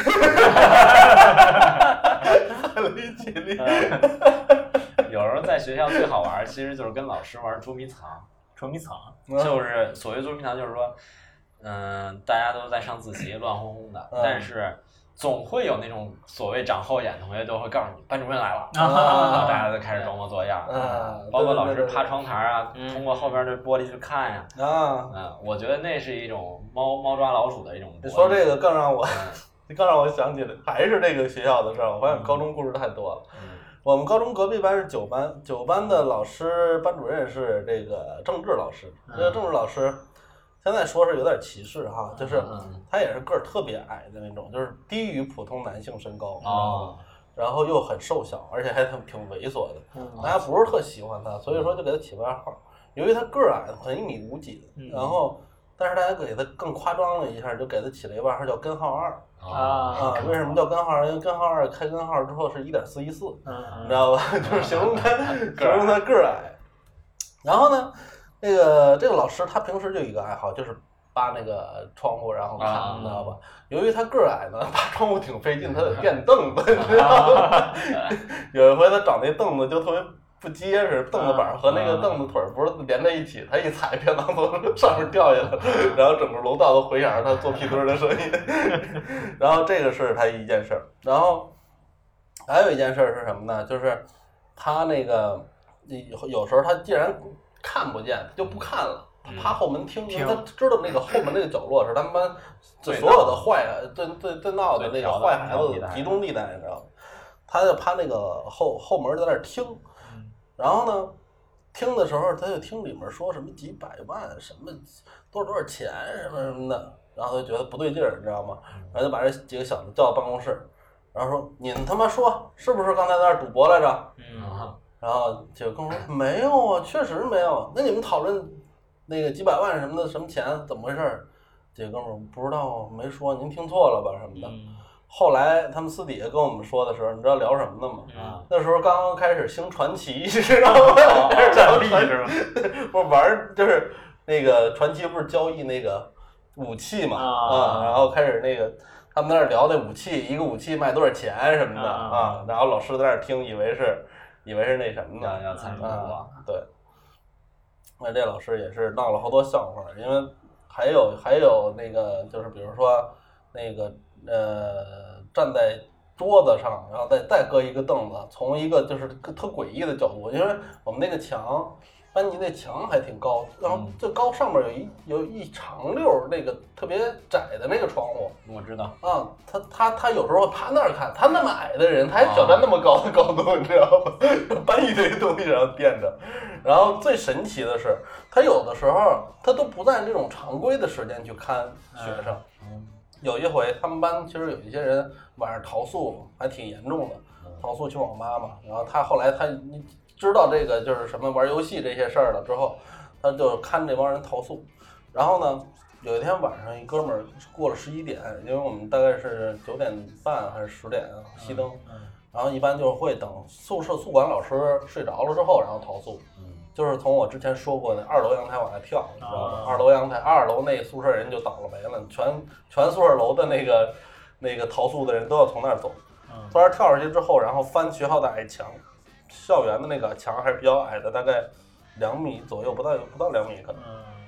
起立。 有时候在学校最好玩，其实就是跟老师玩捉迷藏。 捉迷藏就是所谓捉迷藏，就是说，大家都在上自习，乱哄哄的，但是总会有那种所谓长后眼同学都会告诉你班主任来了，大家都开始装模作样，包括老师趴窗台啊，通过后边的玻璃去看呀，我觉得那是一种猫抓老鼠的一种。 你说这个更让我想起来，还是这个学校的事儿。我发现高中故事太多了。我们高中隔壁班是9班，9班的老师班主任是这个政治老师。这个政治老师现在说是有点歧视哈，就是他也是个儿特别矮的那种，就是低于普通男性身高，然后又很瘦小，而且还挺猥琐的，大家不是特喜欢他，所以说就给他起外号。由于他个儿矮，1.5米几，然后但是大家给他更夸张了一下，就给他起了一个外号叫根号2。为什么叫根号？因为根号2开根号之后是1.414，你知道吧？就是形容他个儿矮。然后呢，这个老师他平时就有一个爱好，就是扒那个窗户然后看，你知道吧？由于他个儿矮呢，扒窗户挺费劲，他得垫凳子，你知道吗？有一回他找那凳子就特别不结实，凳子板和那个凳子腿不是连在一起，他一踩便当从上面掉下来，然后整个楼道都回响着他做屁墩的声音。然后这个是他一件事儿，然后还有一件事是什么呢？就是他那个有时候他既然看不见，他就不看了。他趴后门听，他知道那个后门那个角落是他们班所有的坏最闹的那个坏孩子的集中地带，你知道吗？他就趴那个后门在那儿听，然后呢，听的时候他就听里面说什么几百万，什么多少钱，什么的，然后他就觉得不对劲儿，你知道吗？然后就把这几个小子叫到办公室，然后说：“你们他妈说是不是刚才在那儿赌博来着？”然后几个跟我说：“没有啊，确实没有。那你们讨论那个几百万什么的什么钱怎么回事？”几个哥们儿不知道，没说，您听错了吧什么的。后来他们私底下跟我们说的时候，你知道聊什么的吗？那时候刚刚开始兴传奇，知道吗？开始聊传奇，不是玩就是那个传奇不是交易那个武器嘛然后开始那个他们在那聊那武器，一个武器卖多少钱什么的然后老师在那听，以为是那什么呢？ 要参与啊， 对。那这老师也是闹了好多笑话，因为还有那个就是比如说那个站在桌子上，然后再搁一个凳子，从一个就是特诡异的角度，因为我们那个墙，班级那墙还挺高，然后最高上面有一长溜那个特别窄的那个窗户， 我知道啊，他有时候趴那儿看，他那么矮的人，他还挑战那么高的高度，你知道吗？搬一堆东西然后垫着，然后最神奇的是，他有的时候他都不在这种常规的时间去看学生。有一回他们班其实有一些人晚上逃宿还挺严重的，逃宿去网吧嘛，然后他后来他知道这个就是什么玩游戏这些事儿了之后，他就看这帮人逃宿。然后呢，有一天晚上一哥们儿过了11点，因为我们大概是9点半还是10点熄灯，然后一般就是会等宿管老师睡着了之后，然后逃宿。就是从我之前说过的2楼阳台往下跳，你知道吗？2楼阳台，2楼那宿舍人就倒了霉了，全宿舍楼的那个逃宿的人都要从那儿走，从那儿跳上去之后，然后翻学校的矮墙，校园的那个墙还是比较矮的，大概2米左右，不到2米可能。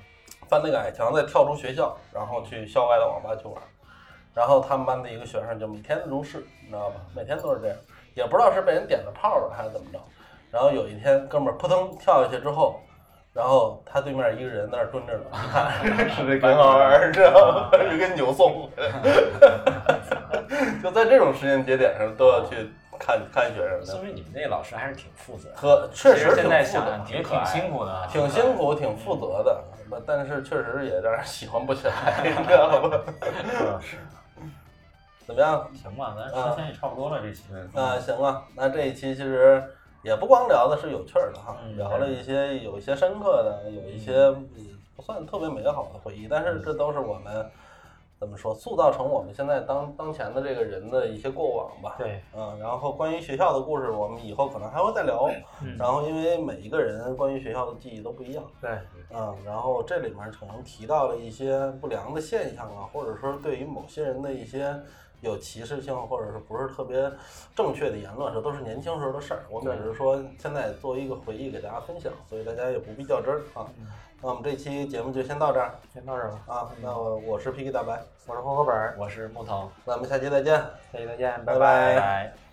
翻那个矮墙，再跳出学校，然后去校外的网吧去玩。然后他们班的一个学生就每天如是，你知道吧？每天都是这样，也不知道是被人点了炮了还是怎么着。然后有一天，哥们儿扑腾跳下去之后，然后他对面一个人在那蹲着呢，你看是这跟好玩，知道吗？就跟扭送回来。就在这种时间节点上都要去看学生的。 说明你们那老师还是挺负责， 确实现在想挺辛苦的， 挺辛苦，挺负责的。但是确实也让人喜欢不起来，你知道吧？ 是。 怎么样？ 行吧，咱时间也差不多了，这期。 行啊，那这一期其实也不光聊的是有趣的哈，聊了有一些深刻的，有一些不算特别美好的回忆，但是这都是我们怎么说塑造成我们现在当前的这个人的一些过往吧。 对， 然后关于学校的故事，我们以后可能还会再聊。然后因为每一个人关于学校的记忆都不一样。 对， 然后这里面可能提到了一些不良的现象啊，或者说对于某些人的一些有歧视性或者是不是特别正确的言论，这都是年轻时候的事儿。我们只是说现在作为一个回忆给大家分享，所以大家也不必较真儿啊。那我们这期节目就先到这儿，吧。那我是 PK 大白， 我是霍克本， 我是木头， 那我们下期再见， 拜拜。